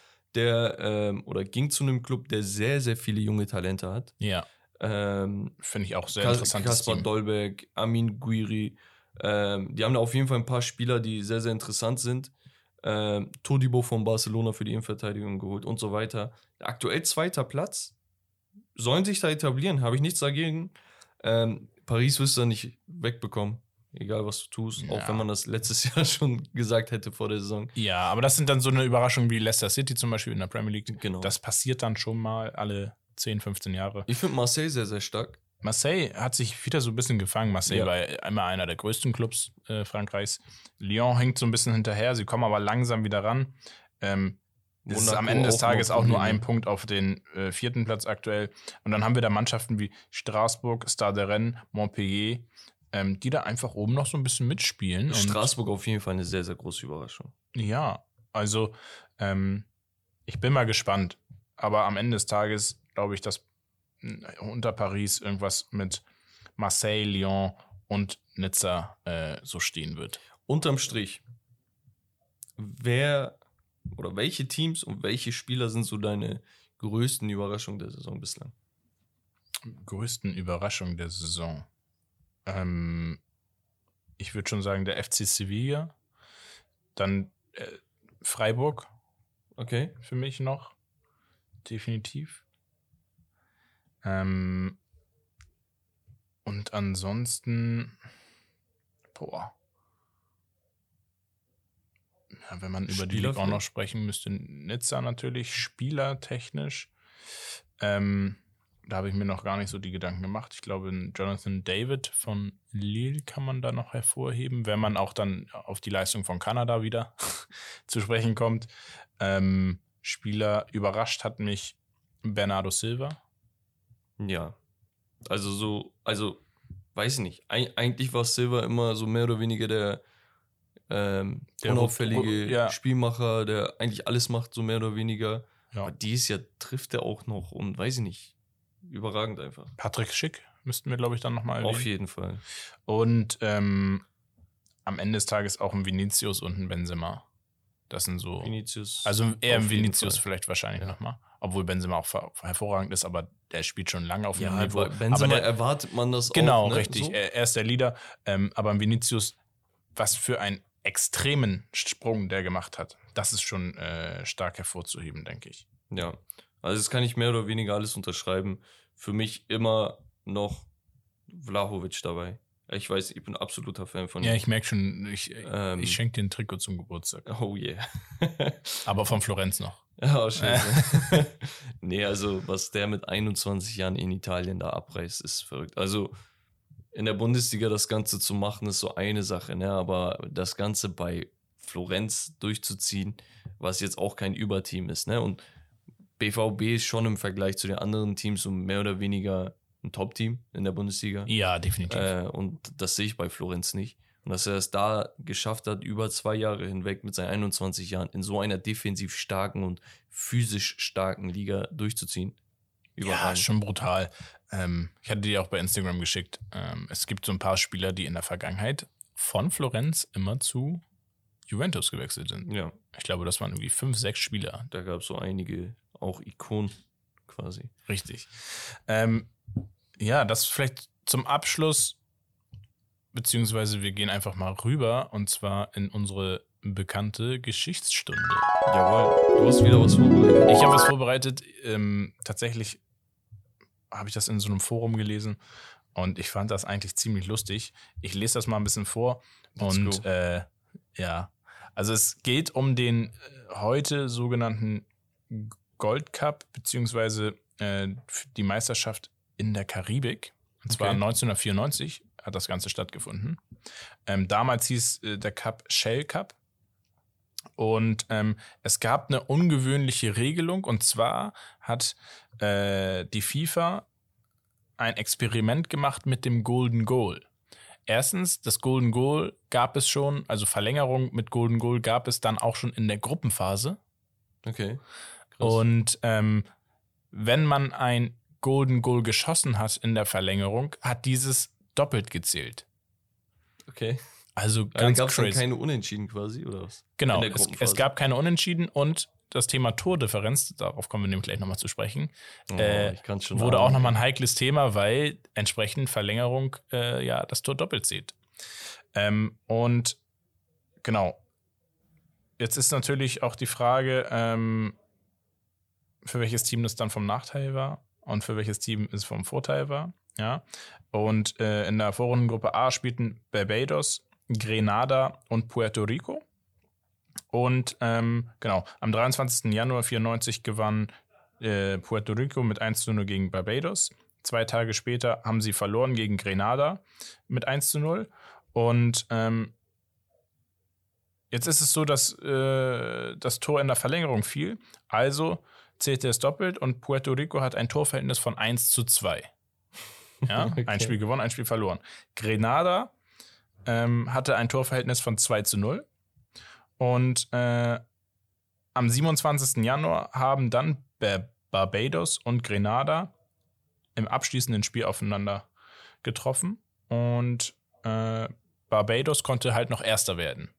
Speaker 2: ging zu einem Club, der sehr, sehr viele junge Talente hat.
Speaker 3: Ja. Finde ich auch sehr interessant.
Speaker 2: Kaspar Dolberg, Amin Gouiri. Die haben da auf jeden Fall ein paar Spieler, die sehr, sehr interessant sind. Todibo von Barcelona für die Innenverteidigung geholt und so weiter. Aktuell 2. Platz. Sollen sich da etablieren, habe ich nichts dagegen. Paris wirst du nicht wegbekommen, egal was du tust,
Speaker 3: Ja.
Speaker 2: auch wenn man das letztes Jahr schon gesagt hätte vor der Saison.
Speaker 3: Ja, aber das sind dann so eine Überraschung wie Leicester City zum Beispiel in der Premier League.
Speaker 2: Genau.
Speaker 3: Das passiert dann schon mal alle 10, 15 Jahre.
Speaker 2: Ich finde Marseille sehr, sehr stark.
Speaker 3: Marseille hat sich wieder so ein bisschen gefangen. Marseille war immer einer der größten Clubs Frankreichs. Lyon hängt so ein bisschen hinterher, sie kommen aber langsam wieder ran. Das ist am Ende des Tages auch nur ein Punkt auf den 4. Platz aktuell. Und dann haben wir da Mannschaften wie Straßburg, Stade Rennes, Montpellier, die da einfach oben noch so ein bisschen mitspielen.
Speaker 2: Straßburg auf jeden Fall eine sehr, sehr große Überraschung.
Speaker 3: Ja, also ich bin mal gespannt. Aber am Ende des Tages glaube ich, dass unter Paris irgendwas mit Marseille, Lyon und Nizza so stehen wird.
Speaker 2: Unterm Strich, wer oder welche Teams und welche Spieler sind so deine größten Überraschungen der Saison bislang?
Speaker 3: Größten Überraschungen der Saison? Ich würde schon sagen, der FC Sevilla. Dann Freiburg.
Speaker 2: Okay.
Speaker 3: Für mich noch. Definitiv. Und ansonsten, ja, wenn man über die Liga auch noch sprechen müsste, Nizza natürlich, spielertechnisch. Da habe ich mir noch gar nicht so die Gedanken gemacht. Ich glaube, Jonathan David von Lille kann man da noch hervorheben, wenn man auch dann auf die Leistung von Kanada wieder zu sprechen kommt. Spieler überrascht hat mich Bernardo Silva.
Speaker 2: Ja, also weiß ich nicht. Eigentlich war Silva immer so mehr oder weniger der unauffällige Spielmacher, der eigentlich alles macht, so mehr oder weniger. Ja. Aber dieses Jahr trifft er auch noch und weiß ich nicht. Überragend einfach.
Speaker 3: Patrick Schick müssten wir, glaube ich, dann nochmal erwähnen.
Speaker 2: Auf jeden Fall.
Speaker 3: Und am Ende des Tages auch ein Vinicius und ein Benzema. Das sind so.
Speaker 2: Vinicius.
Speaker 3: Also eher ein Vinicius vielleicht wahrscheinlich nochmal. Obwohl Benzema auch hervorragend ist, aber der spielt schon lange auf dem Niveau.
Speaker 2: Benzema aber erwartet man das
Speaker 3: genau,
Speaker 2: auch.
Speaker 3: Genau, richtig. So? Er ist der Leader. Aber ein Vinicius, was für einen extremen Sprung der gemacht hat, das ist schon stark hervorzuheben, denke ich.
Speaker 2: Ja. Also das kann ich mehr oder weniger alles unterschreiben. Für mich immer noch Vlahovic dabei. Ich weiß, ich bin absoluter Fan von
Speaker 3: Ja,
Speaker 2: ihm.
Speaker 3: ich merke schon, ich schenke dir ein Trikot zum Geburtstag.
Speaker 2: Oh yeah.
Speaker 3: Aber von Florenz noch.
Speaker 2: Oh, scheiße. Nee, also was der mit 21 Jahren in Italien da abreißt, ist verrückt. Also in der Bundesliga das Ganze zu machen, ist so eine Sache, ne? Aber das Ganze bei Florenz durchzuziehen, was jetzt auch kein Überteam ist, ne? Und BVB ist schon im Vergleich zu den anderen Teams so mehr oder weniger ein Top-Team in der Bundesliga.
Speaker 3: Ja, definitiv.
Speaker 2: Und das sehe ich bei Florenz nicht. Und dass er es da geschafft hat, über 2 Jahre hinweg mit seinen 21 Jahren in so einer defensiv starken und physisch starken Liga durchzuziehen.
Speaker 3: Ja, schon brutal. Ich hatte dir auch bei Instagram geschickt. Es gibt so ein paar Spieler, die in der Vergangenheit von Florenz immer zu Juventus gewechselt sind.
Speaker 2: Ja.
Speaker 3: Ich glaube, das waren irgendwie 5, 6 Spieler.
Speaker 2: Da gab es so einige, auch Ikonen quasi.
Speaker 3: Richtig. Ja, das vielleicht zum Abschluss, beziehungsweise wir gehen einfach mal rüber, und zwar in unsere bekannte Geschichtsstunde.
Speaker 2: Jawohl, du hast wieder was vorbereitet.
Speaker 3: Ich habe was vorbereitet. Tatsächlich habe ich das in so einem Forum gelesen und ich fand das eigentlich ziemlich lustig. Ich lese das mal ein bisschen vor. Und ja, also es geht um den heute sogenannten Gold Cup, beziehungsweise die Meisterschaft in der Karibik. Und zwar 1994 hat das Ganze stattgefunden. Damals hieß der Cup Shell Cup. Und es gab eine ungewöhnliche Regelung, und zwar hat die FIFA ein Experiment gemacht mit dem Golden Goal. Erstens, das Golden Goal gab es schon, also Verlängerung mit Golden Goal gab es dann auch schon in der Gruppenphase.
Speaker 2: Okay.
Speaker 3: Krass. Und wenn man ein Golden Goal geschossen hat in der Verlängerung, hat dieses doppelt gezählt.
Speaker 2: Okay.
Speaker 3: Also ganz
Speaker 2: gab es dann
Speaker 3: crazy.
Speaker 2: keine Unentschieden quasi, oder was?
Speaker 3: Genau, es gab keine Unentschieden, und das Thema Tordifferenz, darauf kommen wir nämlich gleich nochmal zu sprechen, wurde auch nochmal ein heikles Thema, weil entsprechend Verlängerung das Tor doppelt zählt. Und genau, jetzt ist natürlich auch die Frage, für welches Team das dann vom Nachteil war und für welches Team es vom Vorteil war. Ja? Und in der Vorrundengruppe A spielten Barbados, Grenada und Puerto Rico. Und genau, am 23. Januar 1994 gewann Puerto Rico mit 1:0 gegen Barbados. 2 Tage später haben sie verloren gegen Grenada mit 1:0. Und jetzt ist es so, dass das Tor in der Verlängerung fiel. Also zählte es doppelt, und Puerto Rico hat ein Torverhältnis von 1:2. Ja, okay. Ein Spiel gewonnen, ein Spiel verloren. Grenada hatte ein Torverhältnis von 2:0. Und am 27. Januar haben dann Barbados und Grenada im abschließenden Spiel aufeinander getroffen. Und Barbados konnte halt noch Erster werden.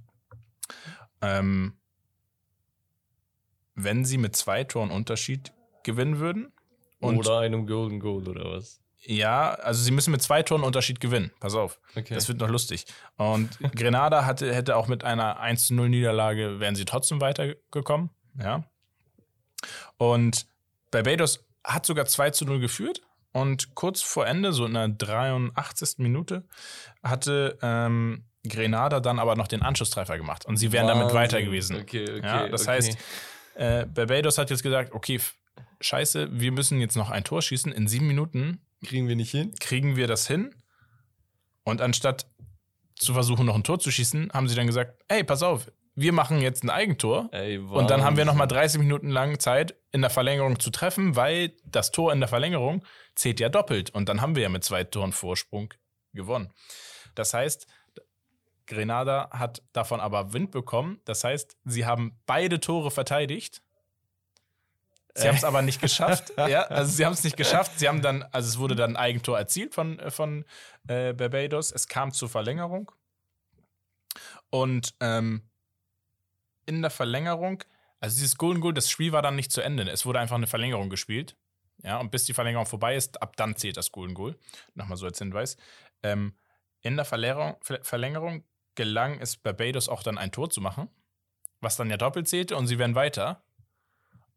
Speaker 3: Wenn sie mit 2 Toren Unterschied gewinnen würden.
Speaker 2: Oder einem Golden Goal oder was?
Speaker 3: Ja, also sie müssen mit 2 Toren Unterschied gewinnen. Pass auf, das wird noch lustig. Und Grenada hätte auch mit einer 1:0 Niederlage, wären sie trotzdem weitergekommen. Ja. Und Barbados hat sogar 2:0 geführt. Und kurz vor Ende, so in der 83. Minute, hatte Grenada dann aber noch den Anschlusstreffer gemacht. Und sie wären damit weiter gewesen.
Speaker 2: Okay,
Speaker 3: ja, das heißt, Barbados hat jetzt gesagt, okay, scheiße, wir müssen jetzt noch ein Tor schießen. In 7 Minuten
Speaker 2: kriegen wir nicht hin?
Speaker 3: Kriegen wir das hin? Und anstatt zu versuchen, noch ein Tor zu schießen, haben sie dann gesagt, ey, pass auf, wir machen jetzt ein Eigentor. Und dann haben wir nochmal 30 Minuten lang Zeit, in der Verlängerung zu treffen, weil das Tor in der Verlängerung zählt ja doppelt. Und dann haben wir ja mit 2 Toren Vorsprung gewonnen. Das heißt, Grenada hat davon aber Wind bekommen. Das heißt, sie haben beide Tore verteidigt. Sie haben es aber nicht geschafft. Ja, also sie haben es nicht geschafft. Sie haben dann, also es wurde dann ein Eigentor erzielt von Barbados. Es kam zur Verlängerung. Und in der Verlängerung, also dieses Golden Goal, das Spiel war dann nicht zu Ende. Es wurde einfach eine Verlängerung gespielt. Ja, und bis die Verlängerung vorbei ist, ab dann zählt das Golden Goal. Nochmal so als Hinweis. In der Verlängerung gelang es Barbados auch dann ein Tor zu machen, was dann ja doppelt zählte, und sie wären weiter.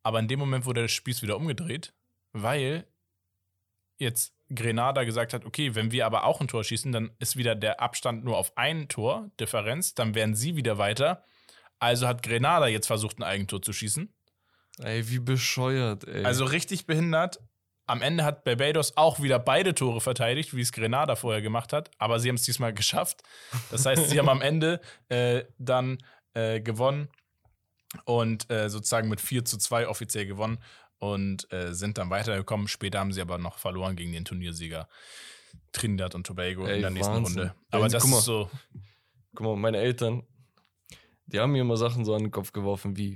Speaker 3: Aber in dem Moment wurde der Spieß wieder umgedreht, weil jetzt Grenada gesagt hat, okay, wenn wir aber auch ein Tor schießen, dann ist wieder der Abstand nur auf ein Tor, Differenz, dann wären sie wieder weiter. Also hat Grenada jetzt versucht, ein Eigentor zu schießen.
Speaker 2: Ey, wie bescheuert, ey.
Speaker 3: Also richtig behindert. Am Ende hat Barbados auch wieder beide Tore verteidigt, wie es Grenada vorher gemacht hat, aber sie haben es diesmal geschafft. Das heißt, sie haben am Ende dann gewonnen und sozusagen mit 4:2 offiziell gewonnen und sind dann weitergekommen. Später haben sie aber noch verloren gegen den Turniersieger Trinidad und Tobago in der nächsten Runde. Aber das ist so.
Speaker 2: Guck mal, meine Eltern, die haben mir immer Sachen so an den Kopf geworfen wie,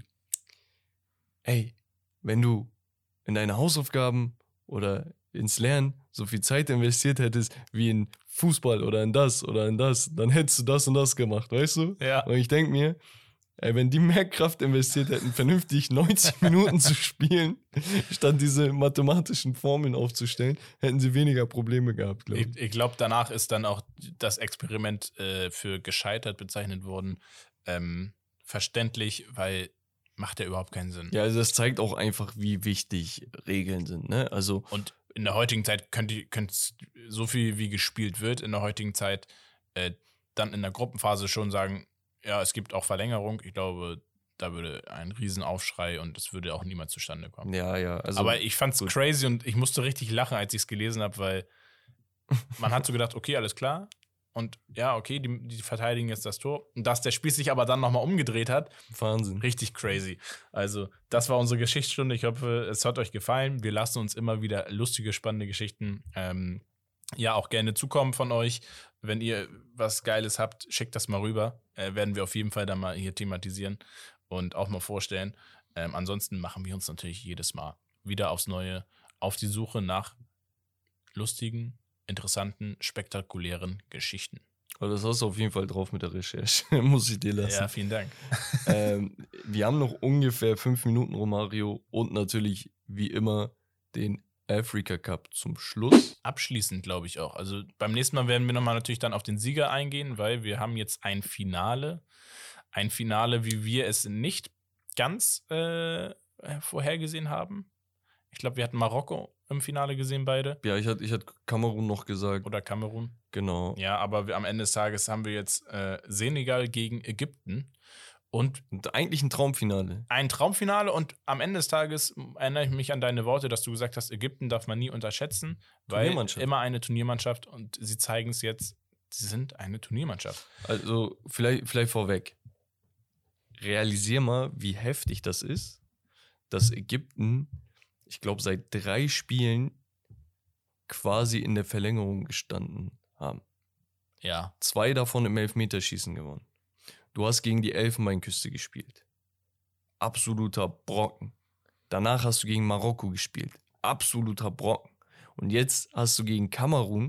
Speaker 2: ey, wenn du in deine Hausaufgaben oder ins Lernen so viel Zeit investiert hättest wie in Fußball oder in das, dann hättest du das und das gemacht, weißt du?
Speaker 3: Ja.
Speaker 2: Und ich denke mir, ey, wenn die mehr Kraft investiert hätten, vernünftig 90 Minuten zu spielen, statt diese mathematischen Formeln aufzustellen, hätten sie weniger Probleme gehabt, glaube ich.
Speaker 3: Ich glaube, danach ist dann auch das Experiment für gescheitert bezeichnet worden. Verständlich, weil macht ja überhaupt keinen Sinn.
Speaker 2: Ja, also das zeigt auch einfach, wie wichtig Regeln sind, ne? Also
Speaker 3: und in der heutigen Zeit könnte so viel wie gespielt wird, in der heutigen Zeit dann in der Gruppenphase schon sagen, ja, es gibt auch Verlängerung. Ich glaube, da würde ein Riesenaufschrei und es würde auch niemals zustande kommen.
Speaker 2: Ja. Also,
Speaker 3: aber ich fand's crazy und ich musste richtig lachen, als ich es gelesen habe, weil man hat so gedacht, okay, alles klar. Und ja, okay, die verteidigen jetzt das Tor. Und dass der Spiel sich aber dann nochmal umgedreht hat.
Speaker 2: Wahnsinn.
Speaker 3: Richtig crazy. Also, das war unsere Geschichtsstunde. Ich hoffe, es hat euch gefallen. Wir lassen uns immer wieder lustige, spannende Geschichten auch gerne zukommen von euch. Wenn ihr was Geiles habt, schickt das mal rüber. Werden wir auf jeden Fall dann mal hier thematisieren und auch mal vorstellen. Ansonsten machen wir uns natürlich jedes Mal wieder aufs Neue auf die Suche nach lustigen, interessanten, spektakulären Geschichten.
Speaker 2: Aber das hast du auf jeden Fall drauf mit der Recherche, muss ich dir lassen.
Speaker 3: Ja, vielen Dank.
Speaker 2: Wir haben noch ungefähr 5 Minuten, Romario, und natürlich wie immer den Africa Cup zum Schluss.
Speaker 3: Abschließend, glaube ich auch. Also beim nächsten Mal werden wir nochmal natürlich dann auf den Sieger eingehen, weil wir haben jetzt ein Finale. Ein Finale, wie wir es nicht ganz vorhergesehen haben. Ich glaube, wir hatten Marokko im Finale gesehen, beide.
Speaker 2: Ja, ich hatte Kamerun noch gesagt.
Speaker 3: Oder Kamerun.
Speaker 2: Genau.
Speaker 3: Ja, aber am Ende des Tages haben wir jetzt Senegal gegen Ägypten. Und
Speaker 2: eigentlich ein Traumfinale.
Speaker 3: Ein Traumfinale und am Ende des Tages erinnere ich mich an deine Worte, dass du gesagt hast, Ägypten darf man nie unterschätzen, weil immer eine Turniermannschaft und sie zeigen es jetzt, sie sind eine Turniermannschaft.
Speaker 2: Also vielleicht vorweg. Realisier mal, wie heftig das ist, dass Ägypten, ich glaube, seit 3 Spielen quasi in der Verlängerung gestanden haben.
Speaker 3: Ja.
Speaker 2: 2 davon im Elfmeterschießen gewonnen. Du hast gegen die Elfenbeinküste gespielt. Absoluter Brocken. Danach hast du gegen Marokko gespielt. Absoluter Brocken. Und jetzt hast du gegen Kamerun,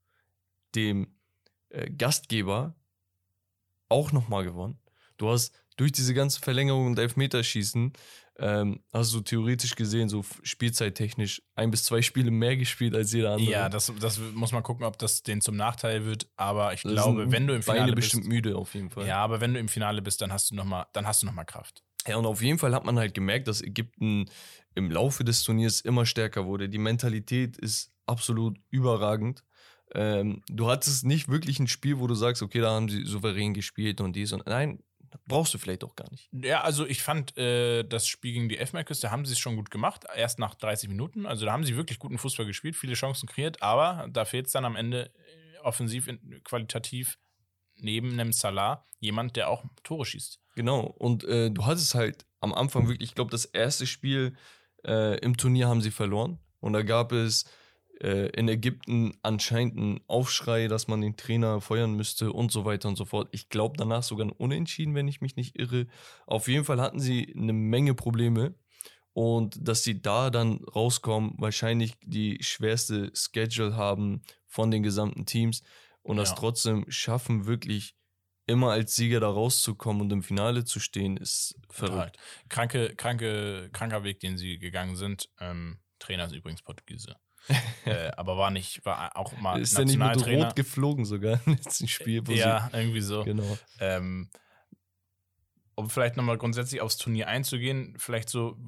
Speaker 2: dem Gastgeber, auch nochmal gewonnen. Du hast durch diese ganze Verlängerung und Elfmeterschießen hast du theoretisch gesehen, so spielzeittechnisch 1 bis 2 Spiele mehr gespielt als jeder andere.
Speaker 3: Ja, das muss man gucken, ob das denen zum Nachteil wird. Aber ich glaube, wenn du im Finale bist,
Speaker 2: bestimmt müde auf jeden Fall.
Speaker 3: Ja, aber wenn du im Finale bist, dann hast du noch mal Kraft.
Speaker 2: Ja, und auf jeden Fall hat man halt gemerkt, dass Ägypten im Laufe des Turniers immer stärker wurde. Die Mentalität ist absolut überragend. Du hattest nicht wirklich ein Spiel, wo du sagst, okay, da haben sie souverän gespielt und dies und nein, brauchst du vielleicht auch gar nicht.
Speaker 3: Ja, also ich fand, das Spiel gegen die Elfenbeinküste haben sie es schon gut gemacht, erst nach 30 Minuten. Also da haben sie wirklich guten Fußball gespielt, viele Chancen kreiert, aber da fehlt es dann am Ende offensiv, qualitativ neben einem Salah jemand, der auch Tore schießt.
Speaker 2: Genau, und du hattest halt am Anfang wirklich, ich glaube, das erste Spiel im Turnier haben sie verloren und da gab es in Ägypten anscheinend einen Aufschrei, dass man den Trainer feuern müsste und so weiter und so fort. Ich glaube danach sogar ein Unentschieden, wenn ich mich nicht irre. Auf jeden Fall hatten sie eine Menge Probleme und dass sie da dann rauskommen, wahrscheinlich die schwerste Schedule haben von den gesamten Teams und das trotzdem schaffen, wirklich immer als Sieger da rauszukommen und im Finale zu stehen, ist verrückt.
Speaker 3: Kranker Weg, den sie gegangen sind. Trainer ist übrigens Portugiese. Aber war auch mal
Speaker 2: ist der nicht mit Rot geflogen sogar im letzten Spiel?
Speaker 3: Ja, irgendwie so.
Speaker 2: Genau.
Speaker 3: Um vielleicht nochmal grundsätzlich aufs Turnier einzugehen, vielleicht so,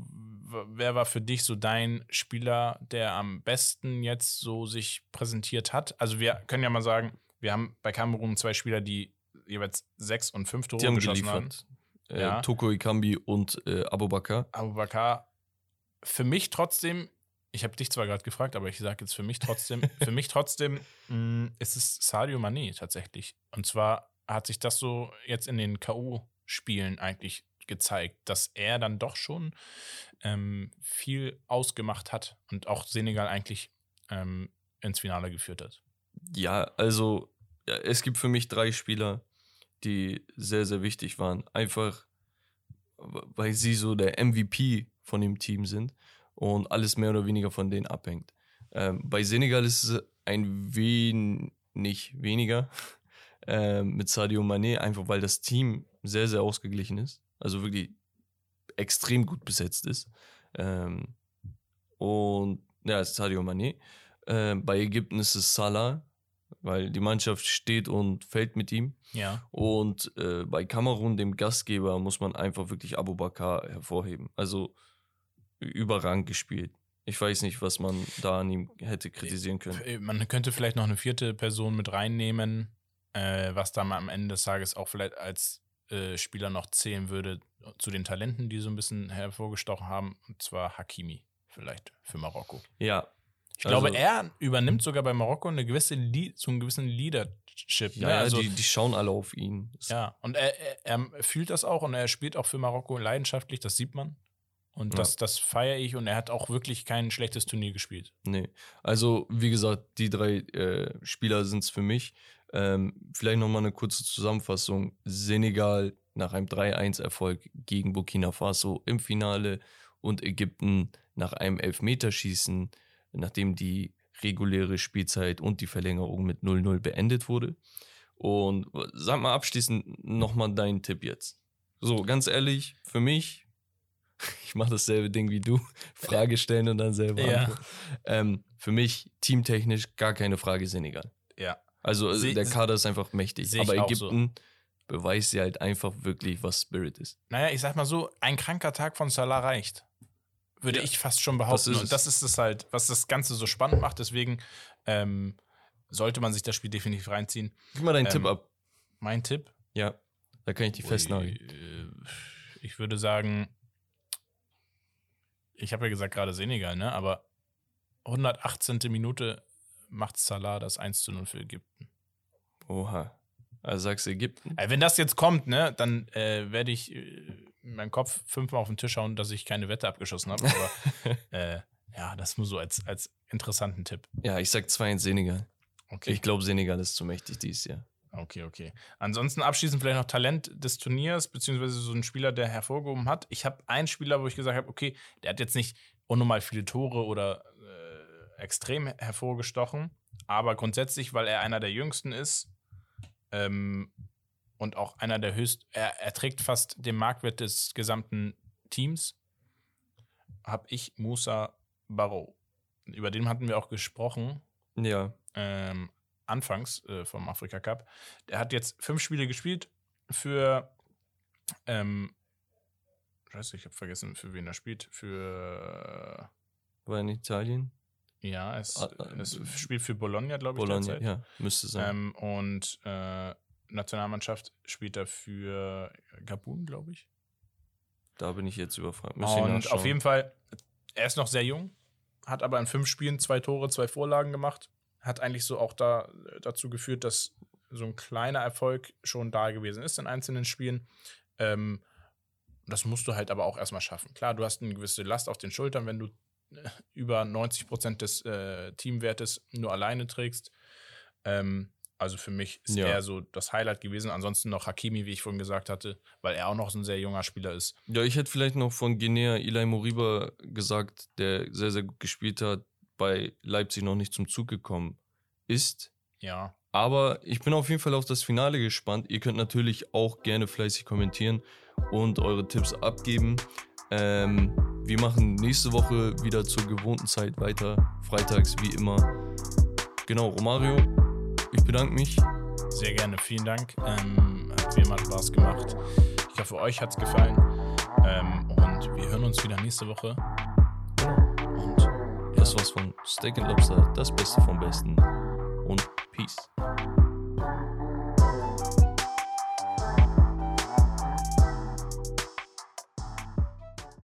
Speaker 3: wer war für dich so dein Spieler, der am besten jetzt so sich präsentiert hat? Also wir können ja mal sagen, wir haben bei Kamerun 2 Spieler, die jeweils 6 und 5 Tore geschossen haben.
Speaker 2: Ja. Toko Ekambi und Abubakar.
Speaker 3: Abubakar, für mich trotzdem, ich habe dich zwar gerade gefragt, aber ich sage jetzt für mich trotzdem ist es Sadio Mané tatsächlich. Und zwar hat sich das so jetzt in den K.O.-Spielen eigentlich gezeigt, dass er dann doch schon viel ausgemacht hat und auch Senegal eigentlich ins Finale geführt hat.
Speaker 2: Ja, also es gibt für mich 3 Spieler, die sehr, sehr wichtig waren. Einfach, weil sie so der MVP von dem Team sind und alles mehr oder weniger von denen abhängt. Bei Senegal ist es ein wenig weniger mit Sadio Mané, einfach weil das Team sehr, sehr ausgeglichen ist. Also wirklich extrem gut besetzt ist. Und ja, es ist Sadio Mané. Bei Ägypten ist es Salah, weil die Mannschaft steht und fällt mit ihm.
Speaker 3: Ja.
Speaker 2: Und bei Kamerun, dem Gastgeber, muss man einfach wirklich Abubakar hervorheben. Also überragend gespielt. Ich weiß nicht, was man da an ihm hätte kritisieren können.
Speaker 3: Man könnte vielleicht noch eine 4. Person mit reinnehmen, was dann am Ende des Tages auch vielleicht als Spieler noch zählen würde zu den Talenten, die so ein bisschen hervorgestochen haben, und zwar Hakimi vielleicht für Marokko.
Speaker 2: Ja.
Speaker 3: Ich glaube, er übernimmt sogar bei Marokko so einen gewissen Leadership.
Speaker 2: Ja,
Speaker 3: ne? Also,
Speaker 2: die schauen alle auf ihn.
Speaker 3: Ja, und er fühlt das auch und er spielt auch für Marokko leidenschaftlich, das sieht man. Und das feiere ich und er hat auch wirklich kein schlechtes Turnier gespielt.
Speaker 2: Nee, also wie gesagt, die 3 Spieler sind es für mich. Vielleicht nochmal eine kurze Zusammenfassung. Senegal nach einem 3-1-Erfolg gegen Burkina Faso im Finale und Ägypten nach einem Elfmeterschießen, nachdem die reguläre Spielzeit und die Verlängerung mit 0-0 beendet wurde. Und sag mal abschließend nochmal deinen Tipp jetzt. So, ganz ehrlich, für mich, ich mache dasselbe Ding wie du, Frage stellen und dann selber antworten. Für mich, teamtechnisch, gar keine Frage Senegal.
Speaker 3: Ja.
Speaker 2: Also der Kader ist einfach mächtig. Aber Ägypten beweist ja halt einfach wirklich, was Spirit ist.
Speaker 3: Naja, ich sag mal so, ein kranker Tag von Salah reicht. Würde ich fast schon behaupten. Und das ist es halt, was das Ganze so spannend macht. Deswegen sollte man sich das Spiel definitiv reinziehen.
Speaker 2: Gib mal deinen Tipp ab.
Speaker 3: Mein Tipp?
Speaker 2: Ja, da kann ich die festnageln.
Speaker 3: Ich würde sagen, ich habe ja gesagt gerade Senegal, ne? Aber 118. Minute macht Salah das 1:0 für Ägypten.
Speaker 2: Oha. Also sagst du Ägypten?
Speaker 3: Wenn das jetzt kommt, ne, dann werde ich in meinem Kopf 5-mal auf den Tisch hauen, dass ich keine Wette abgeschossen habe. Aber ja, das nur so als interessanten Tipp.
Speaker 2: Ja, ich sag 2-1 Senegal.
Speaker 3: Okay.
Speaker 2: Ich glaube, Senegal ist zu mächtig dieses Jahr.
Speaker 3: Okay. Ansonsten abschließend vielleicht noch Talent des Turniers, beziehungsweise so ein Spieler, der hervorgehoben hat. Ich habe einen Spieler, wo ich gesagt habe, okay, der hat jetzt nicht unnormal viele Tore oder extrem hervorgestochen, aber grundsätzlich, weil er einer der jüngsten ist und auch einer der er trägt fast den Marktwert des gesamten Teams, habe ich Moussa Barrow. Über den hatten wir auch gesprochen.
Speaker 2: Ja.
Speaker 3: Anfangs vom Afrika Cup. Der hat jetzt 5 Spiele gespielt für scheiße, ich habe vergessen, für wen er spielt. War
Speaker 2: er in Italien?
Speaker 3: Ja, es spielt für Bologna, glaube ich.
Speaker 2: Bologna, derzeit. Ja, müsste sein.
Speaker 3: Und Nationalmannschaft spielt er für Gabun, glaube ich.
Speaker 2: Da bin ich jetzt überfragt.
Speaker 3: Und auf jeden Fall, er ist noch sehr jung, hat aber in 5 Spielen 2 Tore, 2 Vorlagen gemacht. Hat eigentlich so auch dazu geführt, dass so ein kleiner Erfolg schon da gewesen ist in einzelnen Spielen. Das musst du halt aber auch erstmal schaffen. Klar, du hast eine gewisse Last auf den Schultern, wenn du über 90% des Teamwertes nur alleine trägst. Also für mich ist er so das Highlight gewesen. Ansonsten noch Hakimi, wie ich vorhin gesagt hatte, weil er auch noch so ein sehr junger Spieler ist.
Speaker 2: Ja, ich hätte vielleicht noch von Guinea Ilai Moriba gesagt, der sehr, sehr gut gespielt hat, bei Leipzig noch nicht zum Zug gekommen ist.
Speaker 3: Ja.
Speaker 2: Aber ich bin auf jeden Fall auf das Finale gespannt. Ihr könnt natürlich auch gerne fleißig kommentieren und eure Tipps abgeben. Wir machen nächste Woche wieder zur gewohnten Zeit weiter. Freitags wie immer. Genau, Romario, ich bedanke mich.
Speaker 3: Sehr gerne, vielen Dank. Hat wie immer Spaß gemacht. Ich hoffe, euch hat es gefallen. Und Und wir hören uns wieder nächste Woche.
Speaker 2: Und das war's von Steak & Lobster, das Beste vom Besten. Und Peace.